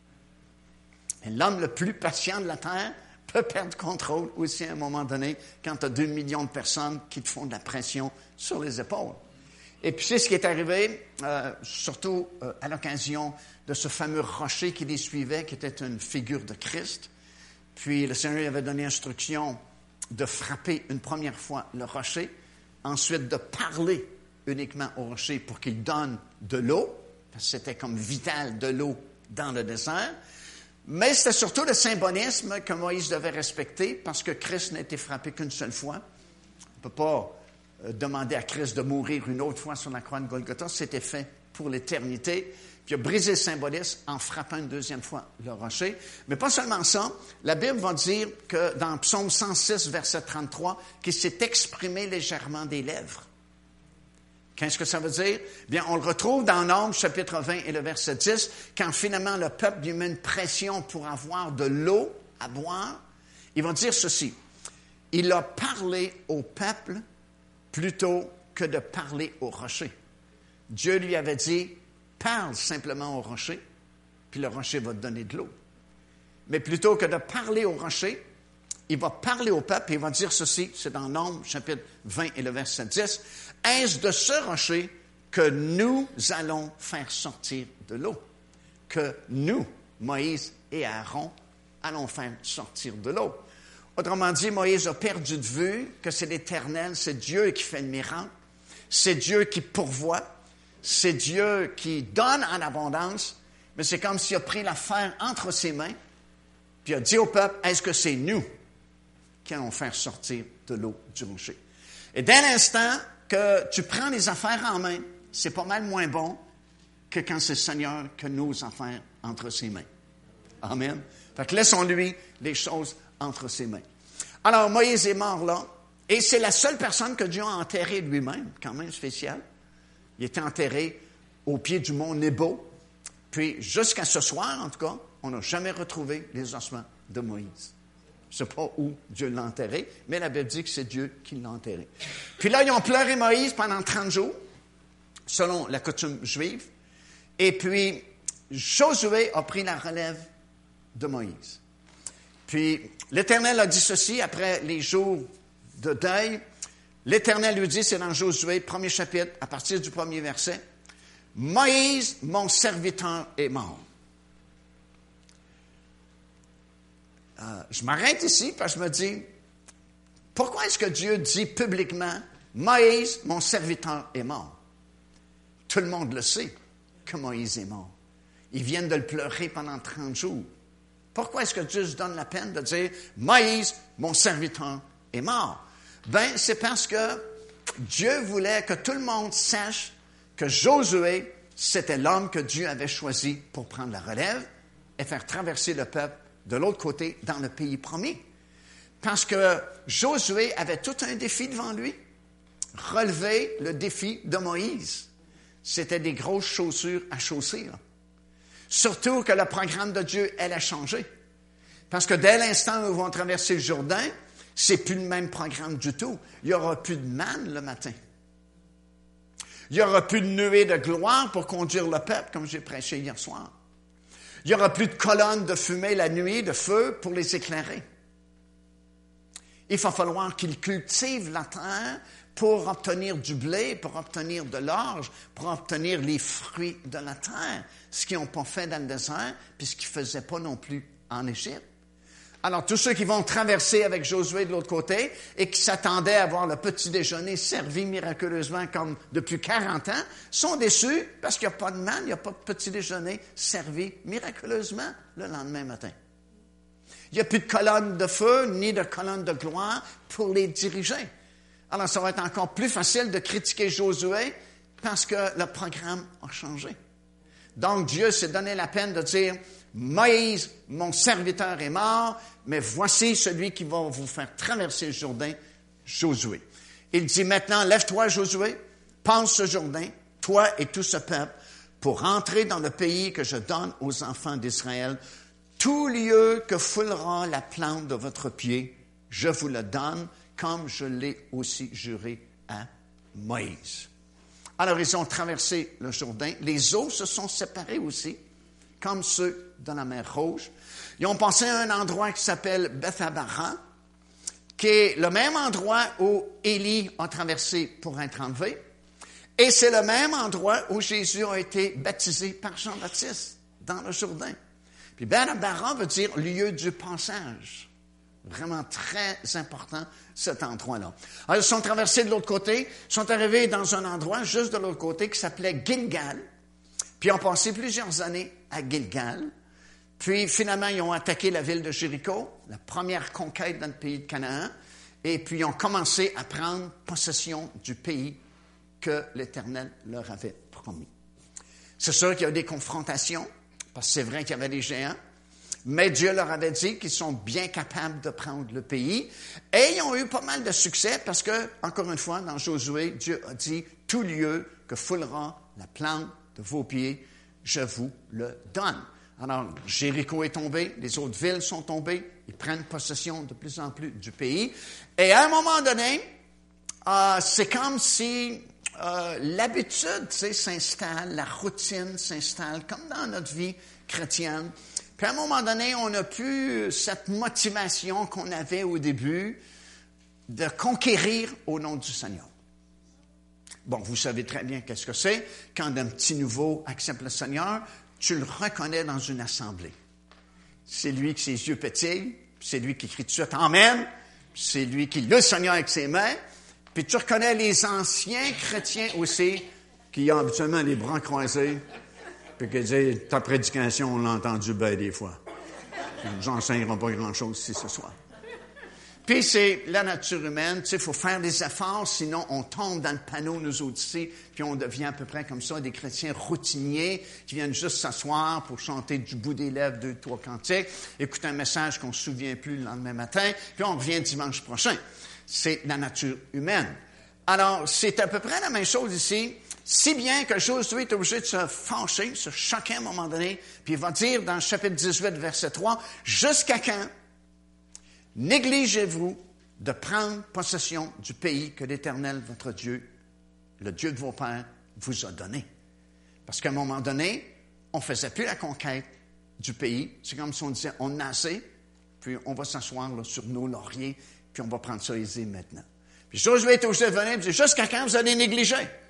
Speaker 1: Et l'homme le plus patient de la terre peut perdre contrôle aussi à un moment donné quand tu as 2 millions de personnes qui te font de la pression sur les épaules. Et puis c'est ce qui est arrivé, surtout à l'occasion de ce fameux rocher qui les suivait, qui était une figure de Christ. Puis le Seigneur avait donné instruction de frapper une première fois le rocher, ensuite de parler uniquement au rocher pour qu'il donne de l'eau, parce que c'était comme vital de l'eau dans le désert. Mais c'était surtout le symbolisme que Moïse devait respecter, parce que Christ n'a été frappé qu'une seule fois. On ne peut pas demander à Christ de mourir une autre fois sur la croix de Golgotha. C'était fait pour l'éternité. Puis il a brisé le symbolisme en frappant une deuxième fois le rocher. Mais pas seulement ça. La Bible va dire que dans Psaume 106, verset 33, qu'il s'est exprimé légèrement des lèvres. Qu'est-ce que ça veut dire? Bien, on le retrouve dans Nombres, chapitre 20 et le verset 10, quand finalement le peuple lui met une pression pour avoir de l'eau à boire. Il va dire ceci. Il a parlé au peuple plutôt que de parler au rocher. Dieu lui avait dit, parle simplement au rocher, puis le rocher va te donner de l'eau. Mais plutôt que de parler au rocher, il va parler au peuple et il va dire ceci, c'est dans Nombres, chapitre 20 et le verset 10, « Est-ce de ce rocher que nous allons faire sortir de l'eau? » Que nous, Moïse et Aaron, allons faire sortir de l'eau. Autrement dit, Moïse a perdu de vue que c'est l'Éternel, c'est Dieu qui fait le miracle, c'est Dieu qui pourvoit, c'est Dieu qui donne en abondance, mais c'est comme s'il a pris l'affaire entre ses mains, puis il a dit au peuple, est-ce que c'est nous qui allons faire sortir de l'eau du rocher? Et dès l'instant que tu prends les affaires en main, c'est pas mal moins bon que quand c'est le Seigneur que nos affaires entre ses mains. Amen. Fait que laissons-lui les choses entre ses mains. Alors, Moïse est mort là, et c'est la seule personne que Dieu a enterrée lui-même, quand même spécial. Il était enterré au pied du mont Nebo. Puis, jusqu'à ce soir, en tout cas, on n'a jamais retrouvé les ossements de Moïse. Je ne sais pas où Dieu l'a enterré, mais la Bible dit que c'est Dieu qui l'a enterré. Puis là, ils ont pleuré Moïse pendant 30 jours, selon la coutume juive. Et puis, Josué a pris la relève de Moïse. Puis, l'Éternel a dit ceci, après les jours de deuil. L'Éternel lui dit, c'est dans Josué, premier chapitre, à partir du premier verset, « Moïse, mon serviteur, est mort. Je m'arrête ici parce que je me dis, pourquoi est-ce que Dieu dit publiquement, Moïse, mon serviteur, est mort? Tout le monde le sait que Moïse est mort. Ils viennent de le pleurer pendant 30 jours. Pourquoi est-ce que Dieu se donne la peine de dire, Moïse, mon serviteur, est mort? Ben, c'est parce que Dieu voulait que tout le monde sache que Josué, c'était l'homme que Dieu avait choisi pour prendre la relève et faire traverser le peuple de l'autre côté dans le pays promis. Parce que Josué avait tout un défi devant lui. Relever le défi de Moïse. C'était des grosses chaussures à chausser, là. Surtout que le programme de Dieu, elle a changé. Parce que dès l'instant où ils vont traverser le Jourdain, c'est plus le même programme du tout. Il n'y aura plus de manne le matin. Il n'y aura plus de nuée de gloire pour conduire le peuple, comme j'ai prêché hier soir. Il n'y aura plus de colonnes de fumée la nuit, de feu pour les éclairer. Il va falloir qu'ils cultivent la terre pour obtenir du blé, pour obtenir de l'orge, pour obtenir les fruits de la terre, ce qu'ils n'ont pas fait dans le désert, puis ce qu'ils ne faisaient pas non plus en Égypte. Alors, tous ceux qui vont traverser avec Josué de l'autre côté et qui s'attendaient à avoir le petit déjeuner servi miraculeusement comme depuis 40 ans, sont déçus parce qu'il n'y a pas de manne, il n'y a pas de petit déjeuner servi miraculeusement le lendemain matin. Il n'y a plus de colonne de feu ni de colonne de gloire pour les diriger. Alors, ça va être encore plus facile de critiquer Josué parce que le programme a changé. Donc, Dieu s'est donné la peine de dire, Moïse, mon serviteur est mort, mais voici celui qui va vous faire traverser le Jourdain, Josué. Il dit maintenant, lève-toi, Josué, passe ce Jourdain, toi et tout ce peuple, pour entrer dans le pays que je donne aux enfants d'Israël. Tout lieu que foulera la plante de votre pied, je vous le donne, comme je l'ai aussi juré à Moïse. Alors, ils ont traversé le Jourdain. Les eaux se sont séparées aussi, comme ceux de la mer Rouge. Ils ont passé à un endroit qui s'appelle Bethabara, qui est le même endroit où Élie a traversé pour être enlevé. Et c'est le même endroit où Jésus a été baptisé par Jean-Baptiste, dans le Jourdain. Puis Bethabara veut dire lieu du passage. Vraiment très important, cet endroit-là. Alors, ils sont traversés de l'autre côté, ils sont arrivés dans un endroit juste de l'autre côté qui s'appelait Gilgal. Puis ils ont passé plusieurs années à Gilgal. Puis finalement, ils ont attaqué la ville de Jéricho, la première conquête dans le pays de Canaan. Et puis ils ont commencé à prendre possession du pays que l'Éternel leur avait promis. C'est sûr qu'il y a des confrontations, parce que c'est vrai qu'il y avait des géants. Mais Dieu leur avait dit qu'ils sont bien capables de prendre le pays. Et ils ont eu pas mal de succès parce que, encore une fois, dans Josué, Dieu a dit, tout lieu que foulera la plante de vos pieds, je vous le donne. Alors, Jéricho est tombé, les autres villes sont tombées, ils prennent possession de plus en plus du pays. Et à un moment donné, c'est comme si l'habitude s'installe, la routine s'installe, comme dans notre vie chrétienne. Puis à un moment donné, on n'a plus cette motivation qu'on avait au début de conquérir au nom du Seigneur. Bon, vous savez très bien qu'est-ce que c'est. Quand un petit nouveau accepte le Seigneur, tu le reconnais dans une assemblée. C'est lui qui ses yeux pétillent, c'est lui qui crie tout de suite « Amen », c'est lui qui loue le Seigneur avec ses mains. Puis tu reconnais les anciens chrétiens aussi, qui ont habituellement les bras croisés, puis qui disent « Ta prédication, on l'a entendu bien des fois. Nous n'enseignerons pas grand-chose ici ce soir. » Puis c'est la nature humaine, tu sais, il faut faire des efforts, sinon on tombe dans le panneau, nous autres ici, puis on devient à peu près comme ça, des chrétiens routiniers qui viennent juste s'asseoir pour chanter du bout des lèvres 2, 3 cantiques, écouter un message qu'on ne se souvient plus le lendemain matin, puis on revient dimanche prochain. C'est la nature humaine. Alors, c'est à peu près la même chose ici, si bien que Josué est obligé de se fâcher, se choquer à un moment donné, puis il va dire dans le chapitre 18, verset 3, « Jusqu'à quand négligez-vous de prendre possession du pays que l'Éternel, votre Dieu, le Dieu de vos pères, vous a donné. » Parce qu'à un moment donné, on ne faisait plus la conquête du pays. C'est comme si on disait, on a assez, puis on va s'asseoir là, sur nos lauriers, puis on va prendre ça aisé maintenant. Puis Josué est obligé de venir et dire, jusqu'à quand vous allez négliger?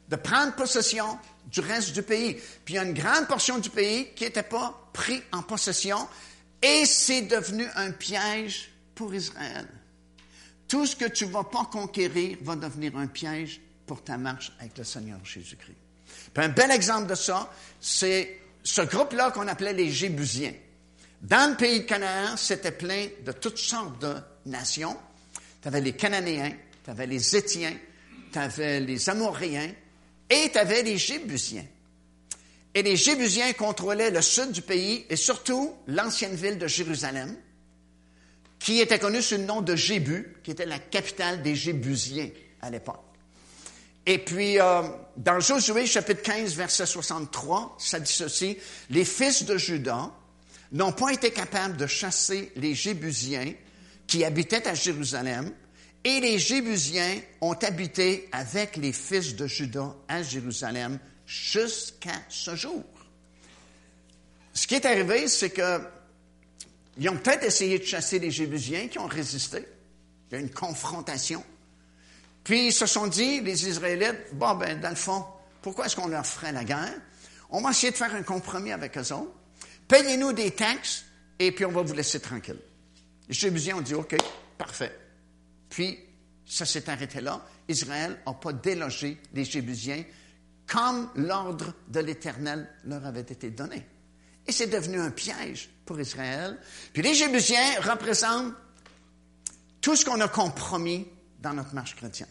Speaker 1: de prendre possession du reste du pays. Puis il y a une grande portion du pays qui n'était pas pris en possession et c'est devenu un piège pour Israël. Tout ce que tu ne vas pas conquérir va devenir un piège pour ta marche avec le Seigneur Jésus-Christ. Puis un bel exemple de ça, c'est ce groupe-là qu'on appelait les Jébusiens. Dans le pays de Canaan, c'était plein de toutes sortes de nations. Tu avais les Cananéens, tu avais les Étiens, tu avais les Amoréens et tu avais les Jébusiens. Et les Jébusiens contrôlaient le sud du pays et surtout l'ancienne ville de Jérusalem, qui était connue sous le nom de Jébu, qui était la capitale des Jébusiens à l'époque. Et puis, dans Josué, chapitre 15, verset 63, ça dit ceci, « Les fils de Juda n'ont pas été capables de chasser les Jébusiens qui habitaient à Jérusalem, et les Jébusiens ont habité avec les fils de Juda à Jérusalem jusqu'à ce jour. » Ce qui est arrivé, c'est que ils ont peut-être essayé de chasser les Jébusiens qui ont résisté. Il y a eu une confrontation. Puis ils se sont dit, les Israélites, bon, ben, dans le fond, pourquoi est-ce qu'on leur ferait la guerre? On va essayer de faire un compromis avec eux autres. Payez-nous des taxes et puis on va vous laisser tranquille. Les Jébusiens ont dit, OK, parfait. Puis, ça s'est arrêté là. Israël n'a pas délogé les Jébusiens comme l'ordre de l'Éternel leur avait été donné. Et c'est devenu un piège pour Israël. Puis les Jébusiens représentent tout ce qu'on a compromis dans notre marche chrétienne.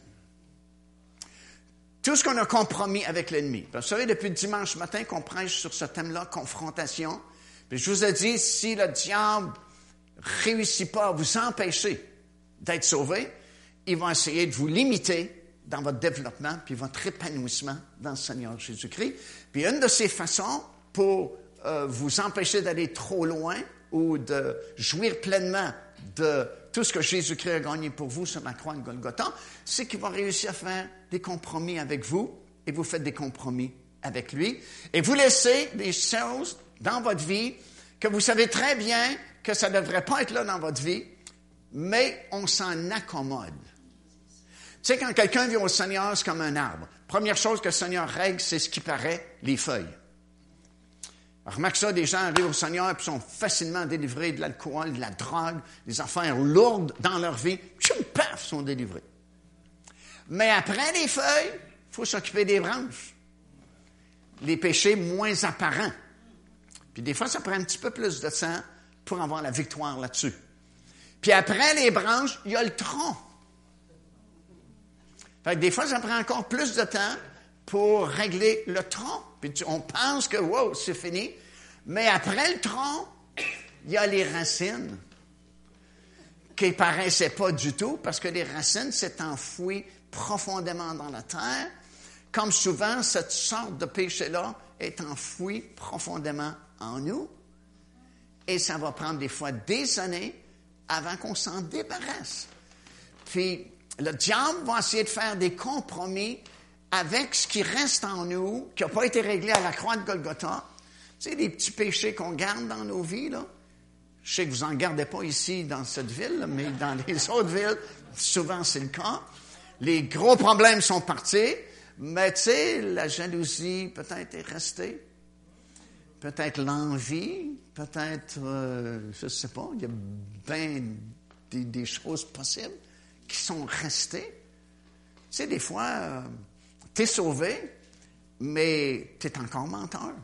Speaker 1: Tout ce qu'on a compromis avec l'ennemi. Vous savez, depuis dimanche matin qu'on prêche sur ce thème-là, confrontation, puis je vous ai dit, si le diable réussit pas à vous empêcher d'être sauvé, il va essayer de vous limiter dans votre développement puis votre épanouissement dans le Seigneur Jésus-Christ. Puis une de ces façons pour vous empêcher d'aller trop loin ou de jouir pleinement de tout ce que Jésus-Christ a gagné pour vous sur la croix de Golgotha, c'est qu'il va réussir à faire des compromis avec vous et vous faites des compromis avec lui. Et vous laissez des choses dans votre vie que vous savez très bien que ça ne devrait pas être là dans votre vie, mais on s'en accommode. Tu sais, quand quelqu'un vient au Seigneur, c'est comme un arbre. Première chose que le Seigneur règle, c'est ce qui paraît, les feuilles. Remarque ça, des gens arrivent au Seigneur et sont facilement délivrés de l'alcool, de la drogue, des affaires lourdes dans leur vie. Tchoum, paf, sont délivrés. Mais après les feuilles, il faut s'occuper des branches. Les péchés moins apparents. Puis des fois, ça prend un petit peu plus de temps pour avoir la victoire là-dessus. Puis après les branches, il y a le tronc. Fait que des fois, ça prend encore plus de temps pour régler le tronc. Puis on pense que, wow, c'est fini. Mais après le tronc, il y a les racines qui ne paraissaient pas du tout parce que les racines s'est enfouies profondément dans la terre. Comme souvent, cette sorte de péché-là est enfouie profondément en nous. Et ça va prendre des fois des années avant qu'on s'en débarrasse. Puis, le diable va essayer de faire des compromis avec ce qui reste en nous, qui n'a pas été réglé à la croix de Golgotha. Tu sais, les petits péchés qu'on garde dans nos vies, là. Je sais que vous n'en gardez pas ici, dans cette ville, là, mais dans les autres villes, souvent c'est le cas. Les gros problèmes sont partis, mais tu sais, la jalousie peut-être est restée. Peut-être l'envie, peut-être, je ne sais pas, il y a bien des choses possibles qui sont restées. Tu sais, des fois, tu es sauvé, mais tu es encore menteur.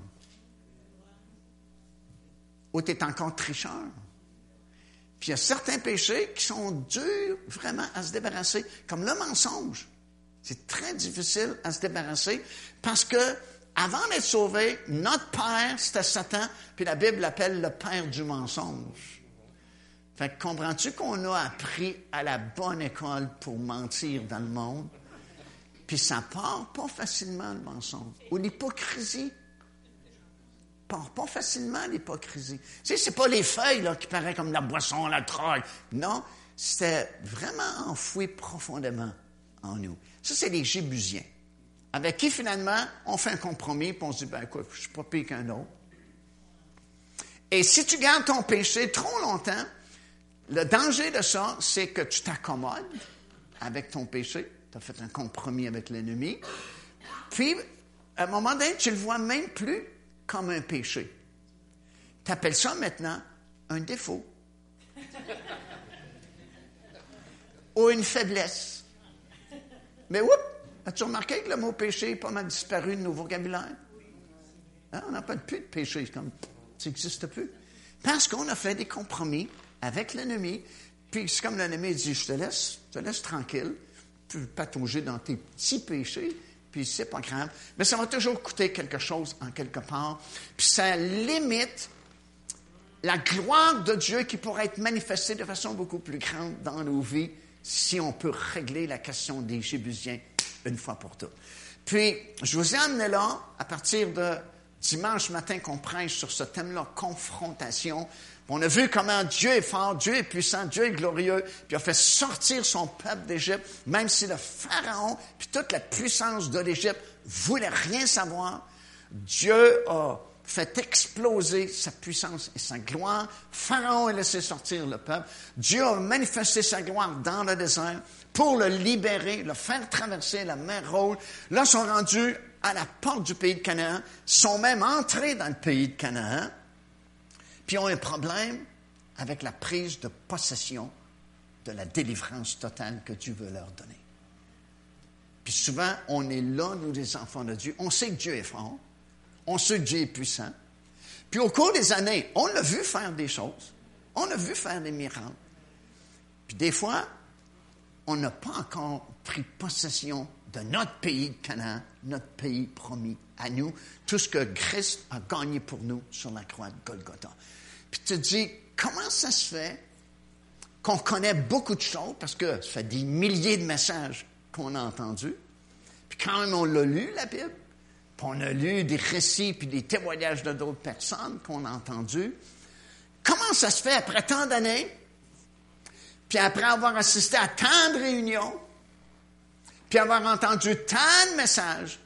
Speaker 1: Ou tu es encore tricheur. Puis il y a certains péchés qui sont durs vraiment à se débarrasser, comme le mensonge. C'est très difficile à se débarrasser parce que avant d'être sauvé, notre père, c'était Satan, puis la Bible l'appelle le père du mensonge. Fait que comprends-tu qu'on a appris à la bonne école pour mentir dans le monde? Puis ça part pas facilement, le mensonge. Ou l'hypocrisie. Part pas facilement, l'hypocrisie. Tu sais, c'est pas les feuilles là, qui paraissent comme la boisson, la drogue. Non, c'était vraiment enfoui profondément en nous. Ça, c'est les Jébusiens. Avec qui, finalement, on fait un compromis, puis on se dit, ben écoute, je suis pas pire qu'un autre. Et si tu gardes ton péché trop longtemps, le danger de ça, c'est que tu t'accommodes avec ton péché. Tu as fait un compromis avec l'ennemi. Puis, à un moment donné, tu ne le vois même plus comme un péché. Tu appelles ça maintenant un défaut. Ou une faiblesse. Mais as-tu remarqué que le mot péché est pas mal disparu de nos vocabulaires? Hein? On n'a pas plus de péché, comme ça n'existe plus. Parce qu'on a fait des compromis avec l'ennemi, puis c'est comme l'ennemi dit, je te laisse tranquille, tu peux patauger dans tes petits péchés, puis c'est pas grave. Mais ça va toujours coûter quelque chose en quelque part, puis ça limite la gloire de Dieu qui pourrait être manifestée de façon beaucoup plus grande dans nos vies si on peut régler la question des Jébusiens une fois pour toutes. Puis, je vous ai amené là, à partir de dimanche matin qu'on prêche sur ce thème-là, confrontation. On a vu comment Dieu est fort, Dieu est puissant, Dieu est glorieux, puis il a fait sortir son peuple d'Égypte, même si le Pharaon, puis toute la puissance de l'Égypte voulait rien savoir. Dieu a fait exploser sa puissance et sa gloire. Pharaon a laissé sortir le peuple. Dieu a manifesté sa gloire dans le désert pour le libérer, le faire traverser la mer Rouge. Là, ils sont rendus à la porte du pays de Canaan, sont même entrés dans le pays de Canaan, puis ont un problème avec la prise de possession de la délivrance totale que Dieu veut leur donner. Puis souvent, on est là, nous, les enfants de Dieu. On sait que Dieu est fort. On sait que Dieu est puissant. Puis au cours des années, on l'a vu faire des choses. On l'a vu faire des miracles. Puis des fois, on n'a pas encore pris possession de notre pays de Canaan, notre pays promis à nous, tout ce que Christ a gagné pour nous sur la croix de Golgotha. Puis tu te dis, comment ça se fait qu'on connaît beaucoup de choses, parce que ça fait des milliers de messages qu'on a entendus, puis quand même on l'a lu, la Bible, puis on a lu des récits puis des témoignages de d'autres personnes qu'on a entendus. Comment ça se fait après tant d'années, puis après avoir assisté à tant de réunions, puis avoir entendu tant de messages,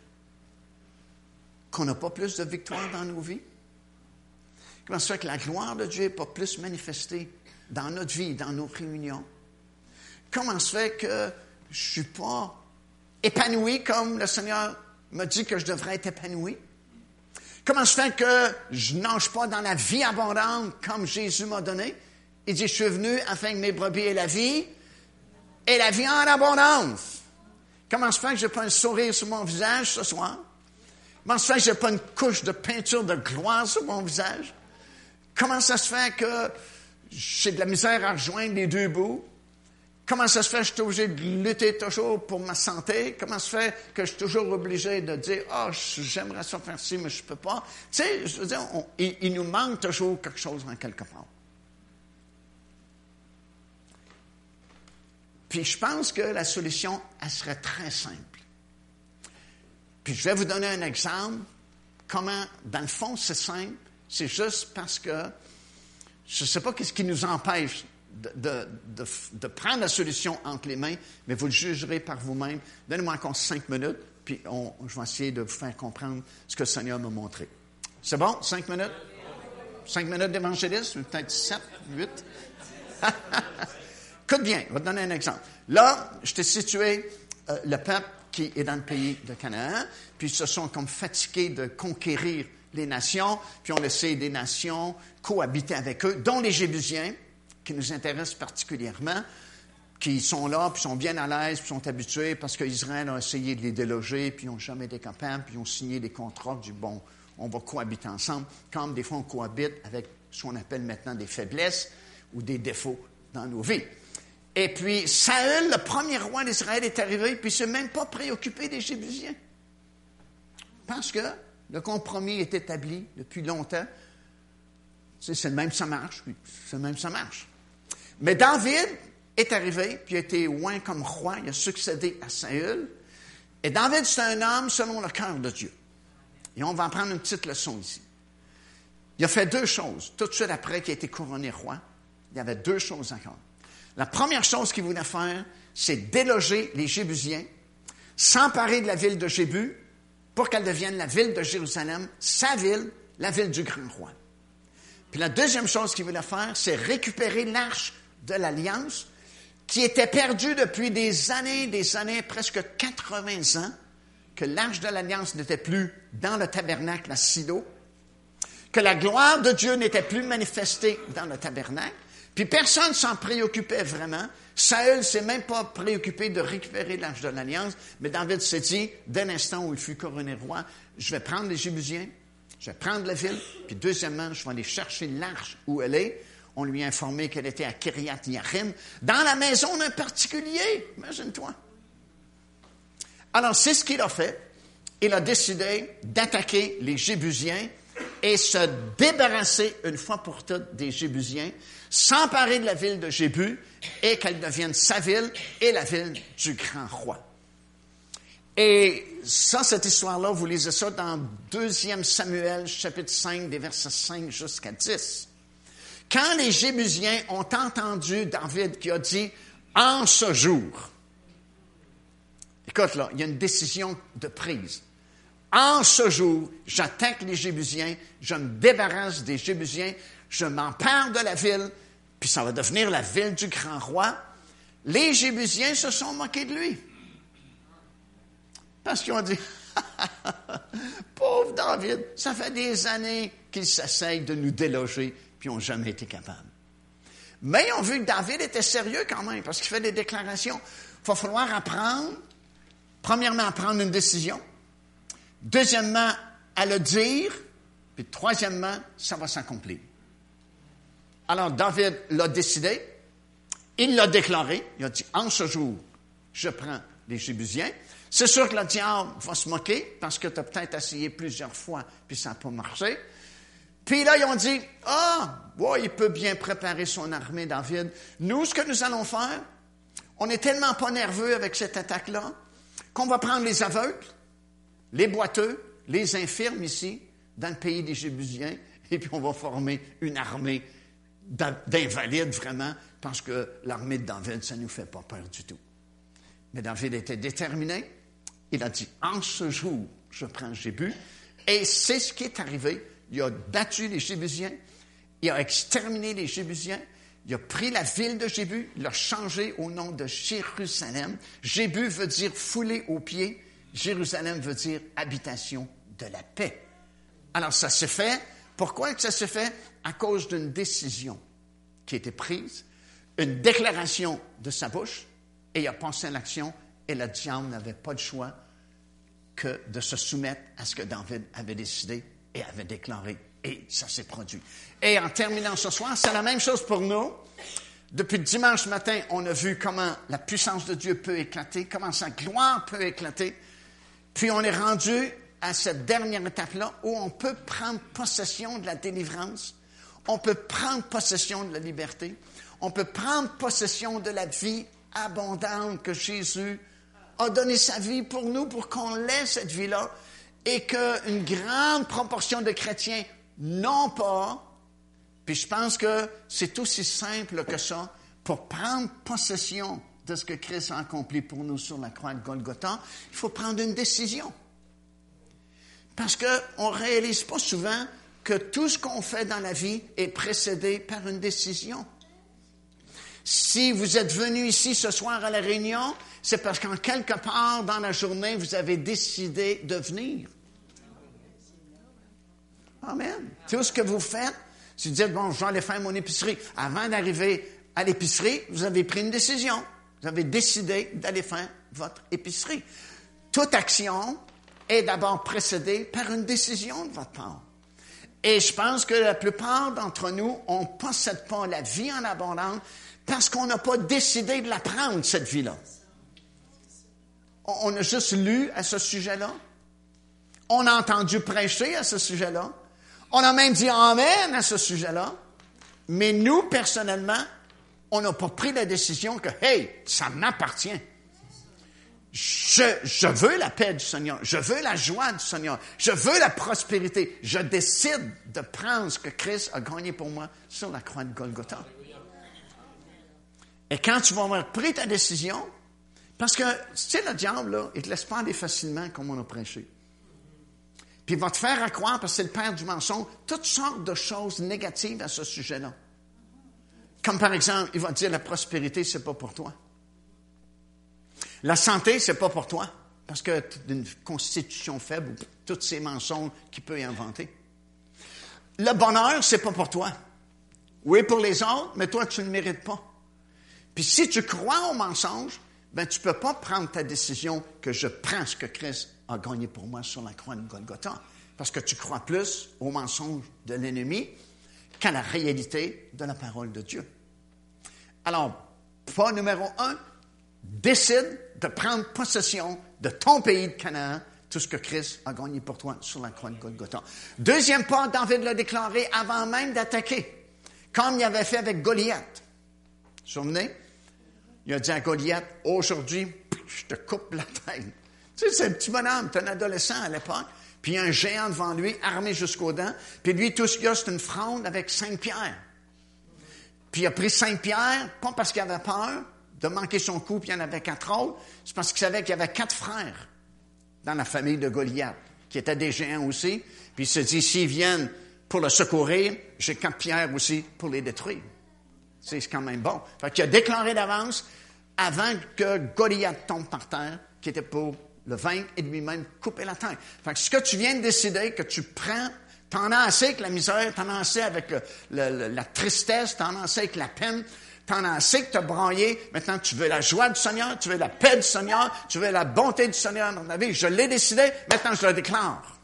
Speaker 1: qu'on n'a pas plus de victoire dans nos vies? Comment ça fait que la gloire de Dieu n'est pas plus manifestée dans notre vie, dans nos réunions? Comment ça fait que je ne suis pas épanoui comme le Seigneur m'a dit que je devrais être épanoui? Comment se fait que je nage pas dans la vie abondante comme Jésus m'a donné? Il dit, je suis venu afin que mes brebis aient la vie, et la vie en abondance. Comment se fait que je n'ai pas un sourire sur mon visage ce soir? Comment se fait que je n'ai pas une couche de peinture de gloire sur mon visage? Comment ça se fait que j'ai de la misère à rejoindre les deux bouts? Comment ça se fait que je suis obligé de lutter toujours pour ma santé? Comment ça se fait que je suis toujours obligé de dire « Ah, j'aimerais ça faire ci, mais je ne peux pas. » Tu sais, je veux dire, il nous manque toujours quelque chose en quelque part. Puis je pense que la solution, elle serait très simple. Puis je vais vous donner un exemple. Comment, dans le fond, c'est simple. C'est juste parce que je ne sais pas qu'est-ce qui nous empêche de prendre la solution entre les mains, mais vous le jugerez par vous-même. Donnez-moi encore 5 minutes, puis je vais essayer de vous faire comprendre ce que le Seigneur m'a montré. C'est bon? 5 minutes? 5 minutes d'évangélisme? Peut-être 7, 8? Écoute bien, je vais te donner un exemple. Là, je t'ai situé le peuple qui est dans le pays de Canaan, puis ils se sont comme fatigués de conquérir les nations, puis ont laissé des nations cohabiter avec eux, dont les Jébusiens, qui nous intéressent particulièrement, qui sont là, puis sont bien à l'aise, puis sont habitués, parce qu'Israël a essayé de les déloger, puis ils n'ont jamais été capables, puis ils ont signé des contrats du bon, on va cohabiter ensemble, comme des fois on cohabite avec ce qu'on appelle maintenant des faiblesses ou des défauts dans nos vies. Et puis, Saül, le premier roi d'Israël, est arrivé, puis il ne s'est même pas préoccupé des Jébusiens. Parce que le compromis est établi depuis longtemps. Tu sais, c'est le même, ça marche, puis c'est le même, ça marche. Mais David est arrivé, puis il a été oint comme roi, il a succédé à Saül. Et David, c'est un homme selon le cœur de Dieu. Et on va en prendre une petite leçon ici. Il a fait 2 choses. Tout de suite après qu'il a été couronné roi, il y avait 2 choses encore. La première chose qu'il voulait faire, c'est déloger les Jébusiens, s'emparer de la ville de Jébu pour qu'elle devienne la ville de Jérusalem, sa ville, la ville du grand roi. Puis la deuxième chose qu'il voulait faire, c'est récupérer l'arche de l'Alliance qui était perdue depuis des années, presque 80 ans, que l'arche de l'Alliance n'était plus dans le tabernacle à Silo, que la gloire de Dieu n'était plus manifestée dans le tabernacle, puis personne ne s'en préoccupait vraiment. Saül ne s'est même pas préoccupé de récupérer l'arche de l'Alliance, mais David s'est dit, dès l'instant où il fut couronné roi, je vais prendre les Jébusiens, je vais prendre la ville, puis deuxièmement, je vais aller chercher l'arche où elle est. On lui a informé qu'elle était à Kiriath Yarim, dans la maison d'un particulier. Imagine-toi. Alors, c'est ce qu'il a fait. Il a décidé d'attaquer les Jébusiens et se débarrasser une fois pour toutes des Jébusiens, s'emparer de la ville de Jébu et qu'elle devienne sa ville et la ville du grand roi. Et ça, cette histoire-là, vous lisez ça dans 2 Samuel, chapitre 5, des versets 5 jusqu'à 10. Quand les Jébusiens ont entendu David qui a dit « en ce jour », écoute là, il y a une décision de prise. En ce jour, j'attaque les Jébusiens, je me débarrasse des Jébusiens, je m'empare de la ville, puis ça va devenir la ville du grand roi. Les Jébusiens se sont moqués de lui. Parce qu'ils ont dit, pauvre David, ça fait des années qu'il s'essaye de nous déloger, puis ils n'ont jamais été capables. Mais ils ont vu que David était sérieux quand même, parce qu'il fait des déclarations. Il va falloir apprendre, premièrement, à prendre une décision. Deuxièmement, à le dire. Puis troisièmement, ça va s'accomplir. Alors, David l'a décidé. Il l'a déclaré. Il a dit, en ce jour, je prends les Jébusiens. C'est sûr que le diable va se moquer parce que tu as peut-être essayé plusieurs fois puis ça n'a pas marché. Puis là, ils ont dit, il peut bien préparer son armée, David. Nous, ce que nous allons faire, on n'est tellement pas nerveux avec cette attaque-là qu'on va prendre les aveugles, les boiteux, les infirmes ici, dans le pays des Jébusiens, et puis on va former une armée d'invalides vraiment, parce que l'armée de David, ça ne nous fait pas peur du tout. Mais David était déterminé. Il a dit, en ce jour, je prends Jébu. Et c'est ce qui est arrivé. Il a battu les Jébusiens. Il a exterminé les Jébusiens. Il a pris la ville de Jébu. Il l'a changé au nom de Jérusalem. Jébu veut dire foulé aux pieds. Jérusalem veut dire habitation de la paix. Alors, ça s'est fait. Pourquoi ça s'est fait? À cause d'une décision qui a été prise, une déclaration de sa bouche, et il a passé à l'action, et le diable n'avait pas de choix que de se soumettre à ce que David avait décidé et avait déclaré. Et ça s'est produit. Et en terminant ce soir, c'est la même chose pour nous. Depuis dimanche matin, on a vu comment la puissance de Dieu peut éclater, comment sa gloire peut éclater. Puis on est rendu à cette dernière étape-là où on peut prendre possession de la délivrance, on peut prendre possession de la liberté, on peut prendre possession de la vie abondante que Jésus a donné sa vie pour nous, pour qu'on l'ait cette vie-là, et qu'une grande proportion de chrétiens n'ont pas. Puis je pense que c'est aussi simple que ça. Pour prendre possession de ce que Christ a accompli pour nous sur la croix de Golgotha, il faut prendre une décision. Parce qu'on ne réalise pas souvent que tout ce qu'on fait dans la vie est précédé par une décision. Si vous êtes venu ici ce soir à la réunion, c'est parce qu'en quelque part dans la journée, vous avez décidé de venir. Amen. Tout ce que vous faites, si vous dites, bon, je vais aller faire mon épicerie. Avant d'arriver à l'épicerie, vous avez pris une décision. Vous avez décidé d'aller faire votre épicerie. Toute action est d'abord précédée par une décision de votre part. Et je pense que la plupart d'entre nous, on ne possède pas la vie en abondance parce qu'on n'a pas décidé de la prendre, cette vie-là. On a juste lu à ce sujet-là. On a entendu prêcher à ce sujet-là. On a même dit Amen à ce sujet-là. Mais nous, personnellement, on n'a pas pris la décision que, hey, ça m'appartient. Je veux la paix du Seigneur. Je veux la joie du Seigneur. Je veux la prospérité. Je décide de prendre ce que Christ a gagné pour moi sur la croix de Golgotha. Et quand tu vas avoir pris ta décision, parce que, tu sais, le diable, là, il ne te laisse pas aller facilement comme on a prêché. Puis il va te faire croire, parce que c'est le père du mensonge, toutes sortes de choses négatives à ce sujet-là. Comme par exemple, il va te dire la prospérité, c'est pas pour toi. La santé, c'est pas pour toi. parce que tu as une constitution faible ou tous ces mensonges qu'il peut inventer. Le bonheur, c'est pas pour toi. Oui, pour les autres, mais toi, tu ne le mérites pas. Puis si tu crois au mensonge, ben tu ne peux pas prendre ta décision que je prends ce que Christ a gagné pour moi sur la croix de Golgotha. Parce que tu crois plus au mensonge de l'ennemi qu'à la réalité de la parole de Dieu. Alors, pas numéro 1, décide de prendre possession de ton pays de Canaan, tout ce que Christ a gagné pour toi sur la croix de Golgotha. Deuxième pas, David l'a déclaré avant même d'attaquer, comme il avait fait avec Goliath. Vous vous souvenez? Il a dit à Goliath, aujourd'hui, je te coupe la tête. Tu sais, c'est un petit bonhomme, c'est un adolescent à l'époque, puis il y a un géant devant lui, armé jusqu'aux dents, puis lui, tout ce qu'il y a, c'est une fronde avec 5 pierres. Puis il a pris 5 pierres, pas parce qu'il avait peur de manquer son coup, puis il y en avait 4 autres, c'est parce qu'il savait qu'il y avait 4 frères dans la famille de Goliath, qui étaient des géants aussi, puis il se dit, s'ils viennent pour le secourir, j'ai 4 pierres aussi pour les détruire. C'est quand même bon. Fait qu'il a déclaré d'avance, avant que Goliath tombe par terre, qu'il était pour le vaincre et lui-même couper la tête. Fait que ce que tu viens de décider, que tu prends, t'en as assez avec la misère, t'en as assez avec la tristesse, t'en as assez avec la peine, t'en as assez que t'as braillé. Maintenant, tu veux la joie du Seigneur, tu veux la paix du Seigneur, tu veux la bonté du Seigneur dans ta vie. Je l'ai décidé, maintenant je le déclare.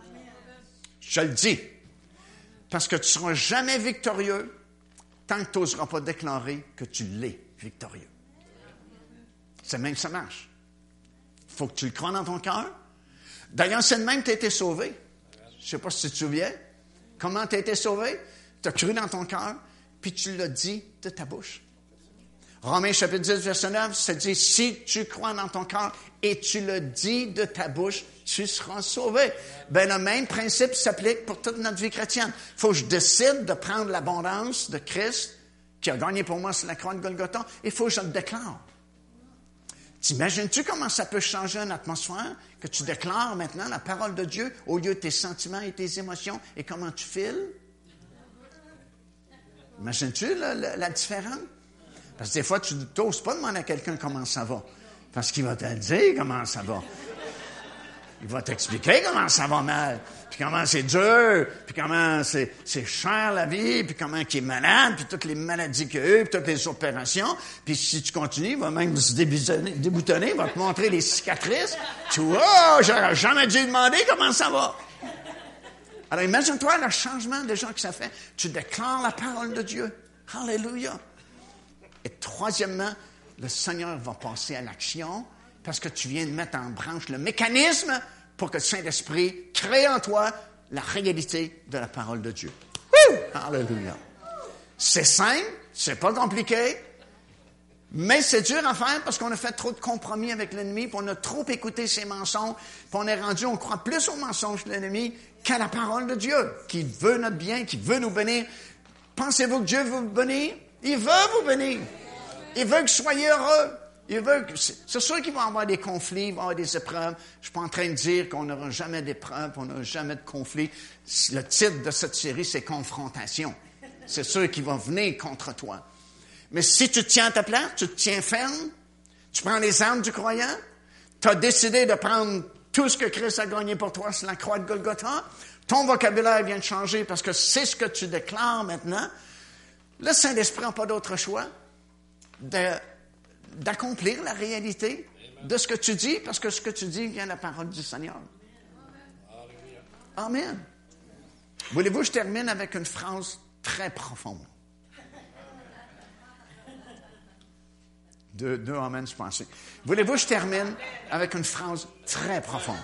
Speaker 1: Je le dis. Parce que tu ne seras jamais victorieux tant que tu n'oseras pas déclarer que tu l'es victorieux. C'est même ça marche. Il faut que tu le crois dans ton cœur. D'ailleurs, c'est de même que tu as été sauvé. Je ne sais pas si tu te souviens. Comment tu as été sauvé? Tu as cru dans ton cœur, puis tu l'as dit de ta bouche. Romains chapitre 10, verset 9, ça dit, si tu crois dans ton cœur et tu le dis de ta bouche, tu seras sauvé. Ben, le même principe s'applique pour toute notre vie chrétienne. Il faut que je décide de prendre l'abondance de Christ, qui a gagné pour moi sur la croix de Golgotha, et il faut que je le déclare. T'imagines-tu comment ça peut changer une atmosphère que tu déclares maintenant la parole de Dieu au lieu de tes sentiments et tes émotions et comment tu files? Imagines-tu la différence? Parce que des fois, tu n'oses pas demander à quelqu'un comment ça va. Parce qu'il va te dire comment ça va. Il va t'expliquer comment ça va mal, puis comment c'est dur, puis comment c'est cher la vie, puis comment il est malade, puis toutes les maladies qu'il a eues, puis toutes les opérations. Puis si tu continues, il va même se déboutonner, il va te montrer les cicatrices. Tu vois, oh, j'aurais jamais dû demander comment ça va. Alors imagine-toi le changement des gens que ça fait. Tu déclares la parole de Dieu. Alléluia. Et troisièmement, le Seigneur va passer à l'action parce que tu viens de mettre en branche le mécanisme pour que le Saint-Esprit crée en toi la réalité de la parole de Dieu. Wouh! Alléluia. C'est simple, c'est pas compliqué, mais c'est dur à faire parce qu'on a fait trop de compromis avec l'ennemi, puis on a trop écouté ses mensonges, puis on croit plus aux mensonges de l'ennemi qu'à la parole de Dieu, qui veut notre bien, qui veut nous bénir. Pensez-vous que Dieu veut vous bénir? Il veut vous bénir. Il veut que vous soyez heureux. C'est sûr qu'il va y avoir des conflits, il va y avoir des épreuves. Je ne suis pas en train de dire qu'on n'aura jamais d'épreuves, qu'on n'aura jamais de conflits. Le titre de cette série, c'est « Confrontation ». C'est sûr qu'il va venir contre toi. Mais si tu tiens à ta place, tu te tiens ferme, tu prends les armes du croyant, tu as décidé de prendre tout ce que Christ a gagné pour toi sur la croix de Golgotha, ton vocabulaire vient de changer parce que c'est ce que tu déclares maintenant. Le Saint-Esprit n'a pas d'autre choix d'accomplir la réalité de ce que tu dis, parce que ce que tu dis vient de la parole du Seigneur. Amen. Voulez-vous, je termine avec une phrase très profonde. Deux amen, je pensais. Voulez-vous, je termine avec une phrase très profonde.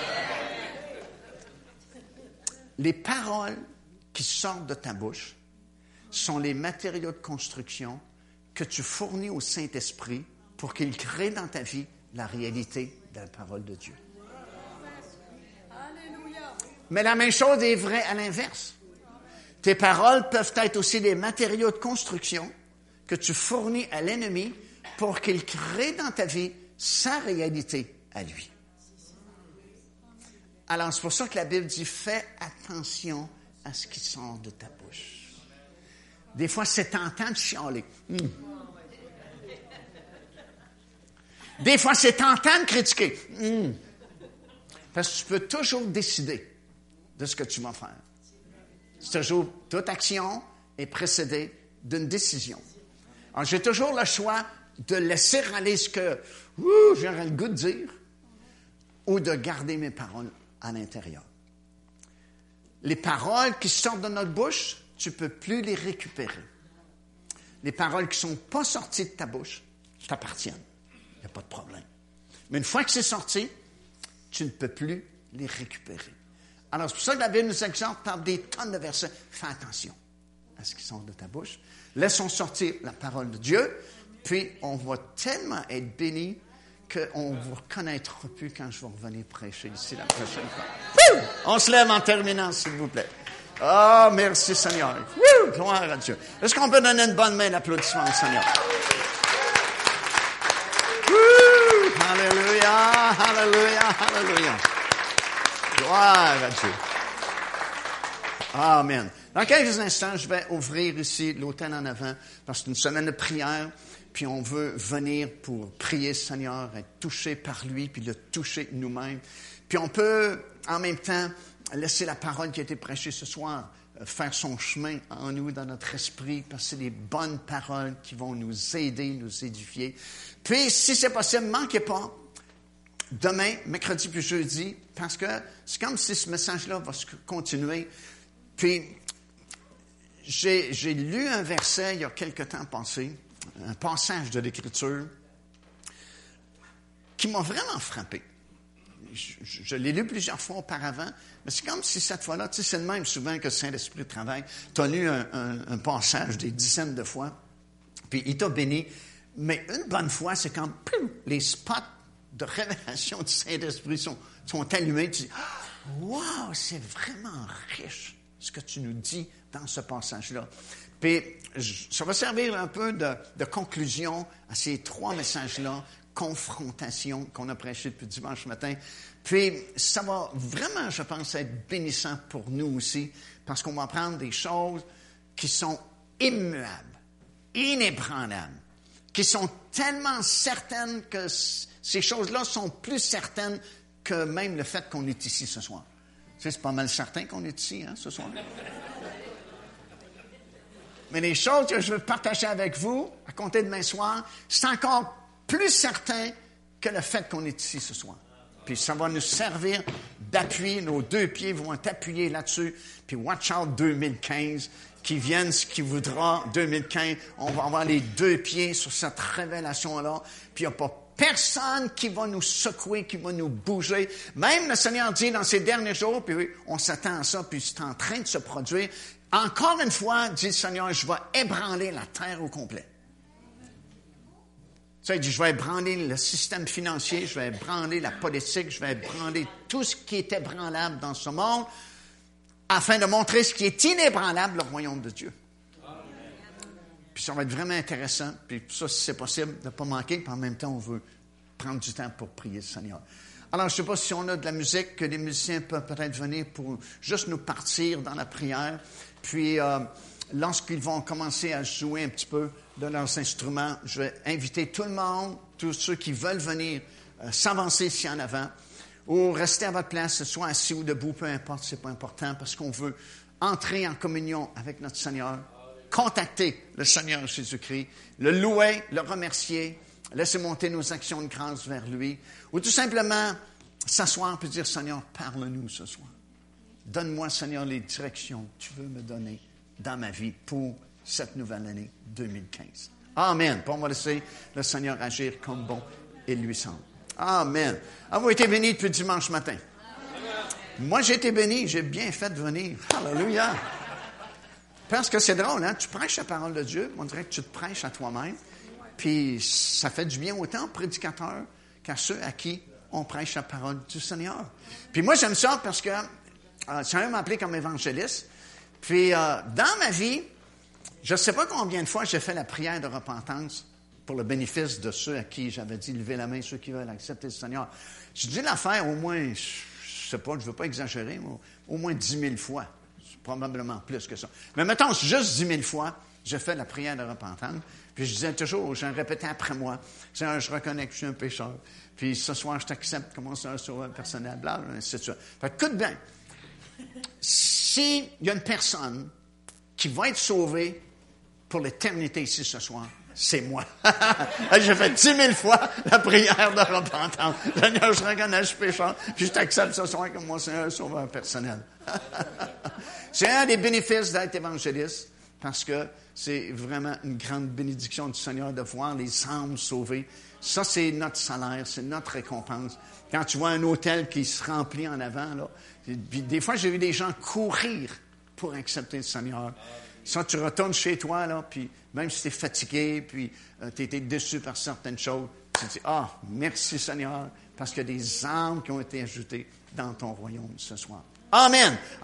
Speaker 1: Les paroles qui sortent de ta bouche sont les matériaux de construction que tu fournis au Saint-Esprit pour qu'il crée dans ta vie la réalité de la parole de Dieu. Alléluia. Mais la même chose est vraie à l'inverse. Tes paroles peuvent être aussi des matériaux de construction que tu fournis à l'ennemi pour qu'il crée dans ta vie sa réalité à lui. Alors, c'est pour ça que la Bible dit « Fais attention à ce qui sort de ta bouche ». Des fois, c'est tentant de chialer. Des fois, c'est tentant de critiquer. Parce que tu peux toujours décider de ce que tu vas faire. C'est toujours, toute action est précédée d'une décision. Alors, j'ai toujours le choix de laisser aller ce que j'aurais le goût de dire ou de garder mes paroles à l'intérieur. Les paroles qui sortent de notre bouche, tu ne peux plus les récupérer. Les paroles qui ne sont pas sorties de ta bouche t'appartiennent. Il n'y a pas de problème. Mais une fois que c'est sorti, tu ne peux plus les récupérer. Alors, c'est pour ça que la Bible nous exhorte par des tonnes de versets. Fais attention à ce qui sort de ta bouche. Laissons sortir la parole de Dieu, puis on va tellement être bénis qu'on ne vous reconnaîtra plus quand je vais revenir prêcher ici la prochaine fois. On se lève en terminant, s'il vous plaît. Ah, merci Seigneur. Gloire à Dieu. Est-ce qu'on peut donner une bonne main d'applaudissement au Seigneur? Alléluia, alléluia, alléluia. Gloire à Dieu. Amen. Dans quelques instants, je vais ouvrir ici l'autel en avant parce que c'est une semaine de prière, puis on veut venir pour prier Seigneur, être touché par lui, puis le toucher nous-mêmes. Puis on peut, en même temps, laisser la parole qui a été prêchée ce soir faire son chemin en nous, dans notre esprit, parce que c'est des bonnes paroles qui vont nous aider, nous édifier. Puis, si c'est possible, ne manquez pas demain, mercredi puis jeudi, parce que c'est comme si ce message-là va se continuer. Puis, j'ai lu un verset il y a quelque temps passé, un passage de l'Écriture, qui m'a vraiment frappé. Je l'ai lu plusieurs fois auparavant, mais c'est comme si cette fois-là, tu sais, c'est le même souvent que le Saint-Esprit travaille. Tu as lu un passage des dizaines de fois, puis il t'a béni. Mais une bonne fois, c'est quand les spots de révélation du Saint-Esprit sont allumés. Tu dis, « Wow, c'est vraiment riche ce que tu nous dis dans ce passage-là. » Puis ça va servir un peu de conclusion à ces trois messages-là, confrontation qu'on a prêché depuis dimanche matin. Puis ça va vraiment, je pense, être bénissant pour nous aussi, parce qu'on va apprendre des choses qui sont immuables, inébranlables, qui sont tellement certaines que ces choses-là sont plus certaines que même le fait qu'on est ici ce soir. Tu sais, c'est pas mal certain qu'on est ici, ce soir. Mais les choses que je veux partager avec vous, à compter de demain soir, c'est encore plus certain que le fait qu'on est ici ce soir. Puis ça va nous servir d'appui. Nos deux pieds vont être appuyés là-dessus. Puis watch out 2015, qui vienne ce qui voudra. 2015, on va avoir les deux pieds sur cette révélation-là. Puis il n'y a pas personne qui va nous secouer, qui va nous bouger. Même le Seigneur dit dans ces derniers jours, puis oui, on s'attend à ça, puis c'est en train de se produire. Encore une fois, dit le Seigneur, je vais ébranler la terre au complet. Ça, il dit, je vais ébranler le système financier, je vais ébranler la politique, je vais ébranler tout ce qui est ébranlable dans ce monde, afin de montrer ce qui est inébranlable, le royaume de Dieu. Puis ça va être vraiment intéressant, puis ça, si c'est possible, de ne pas manquer, puis en même temps, on veut prendre du temps pour prier le Seigneur. Alors, je ne sais pas si on a de la musique, que les musiciens peuvent peut-être venir pour juste nous partir dans la prière, puis lorsqu'ils vont commencer à jouer un petit peu de leurs instruments, je vais inviter tout le monde, tous ceux qui veulent venir, s'avancer ici en avant, ou rester à votre place, soit assis ou debout, peu importe, c'est pas important, parce qu'on veut entrer en communion avec notre Seigneur, contacter le Seigneur Jésus-Christ, le louer, le remercier, laisser monter nos actions de grâce vers lui, ou tout simplement s'asseoir et dire, Seigneur, parle-nous ce soir. Donne-moi, Seigneur, les directions que tu veux me donner dans ma vie pour cette nouvelle année 2015. Amen. Puis on va laisser le Seigneur agir comme bon il lui semble. Amen. Avez-vous été bénis depuis dimanche matin? Moi, j'ai été béni. J'ai bien fait de venir. Alléluia. Parce que c'est drôle, hein? Tu prêches la parole de Dieu. On dirait que tu te prêches à toi-même. Puis ça fait du bien autant aux prédicateurs qu'à ceux à qui on prêche la parole du Seigneur. Puis moi, j'aime ça parce que ça m'a appelé comme évangéliste. Puis dans ma vie, je ne sais pas combien de fois j'ai fait la prière de repentance pour le bénéfice de ceux à qui j'avais dit lever la main, ceux qui veulent accepter le Seigneur. J'ai dû la faire au moins, je ne sais pas, je ne veux pas exagérer, mais au moins 10 000 fois. probablement plus que ça. Mais mettons, juste 10 000 fois, je fais la prière de repentance, puis je disais toujours aux gens, répétez après moi, Seigneur, je reconnais que je suis un pécheur, puis ce soir, je t'accepte comme mon sauveur personnel, blablabla, ainsi de suite. Fait que, écoute bien, s'il y a une personne qui va être sauvée pour l'éternité ici ce soir, c'est moi. J'ai fait 10 000 fois la prière de repentance. Seigneur, je reconnais que je suis pécheur, puis je t'accepte ce soir comme mon Seigneur sauveur personnel. C'est un des bénéfices d'être évangéliste, parce que c'est vraiment une grande bénédiction du Seigneur de voir les âmes sauvées. Ça, c'est notre salaire, c'est notre récompense. Quand tu vois un hôtel qui se remplit en avant, là, puis des fois, j'ai vu des gens courir pour accepter le Seigneur. Ça, tu retournes chez toi, là, puis même si tu es fatigué, puis tu étais déçu par certaines choses, tu te dis, merci Seigneur, parce qu'il y a des âmes qui ont été ajoutées dans ton royaume ce soir. Amen!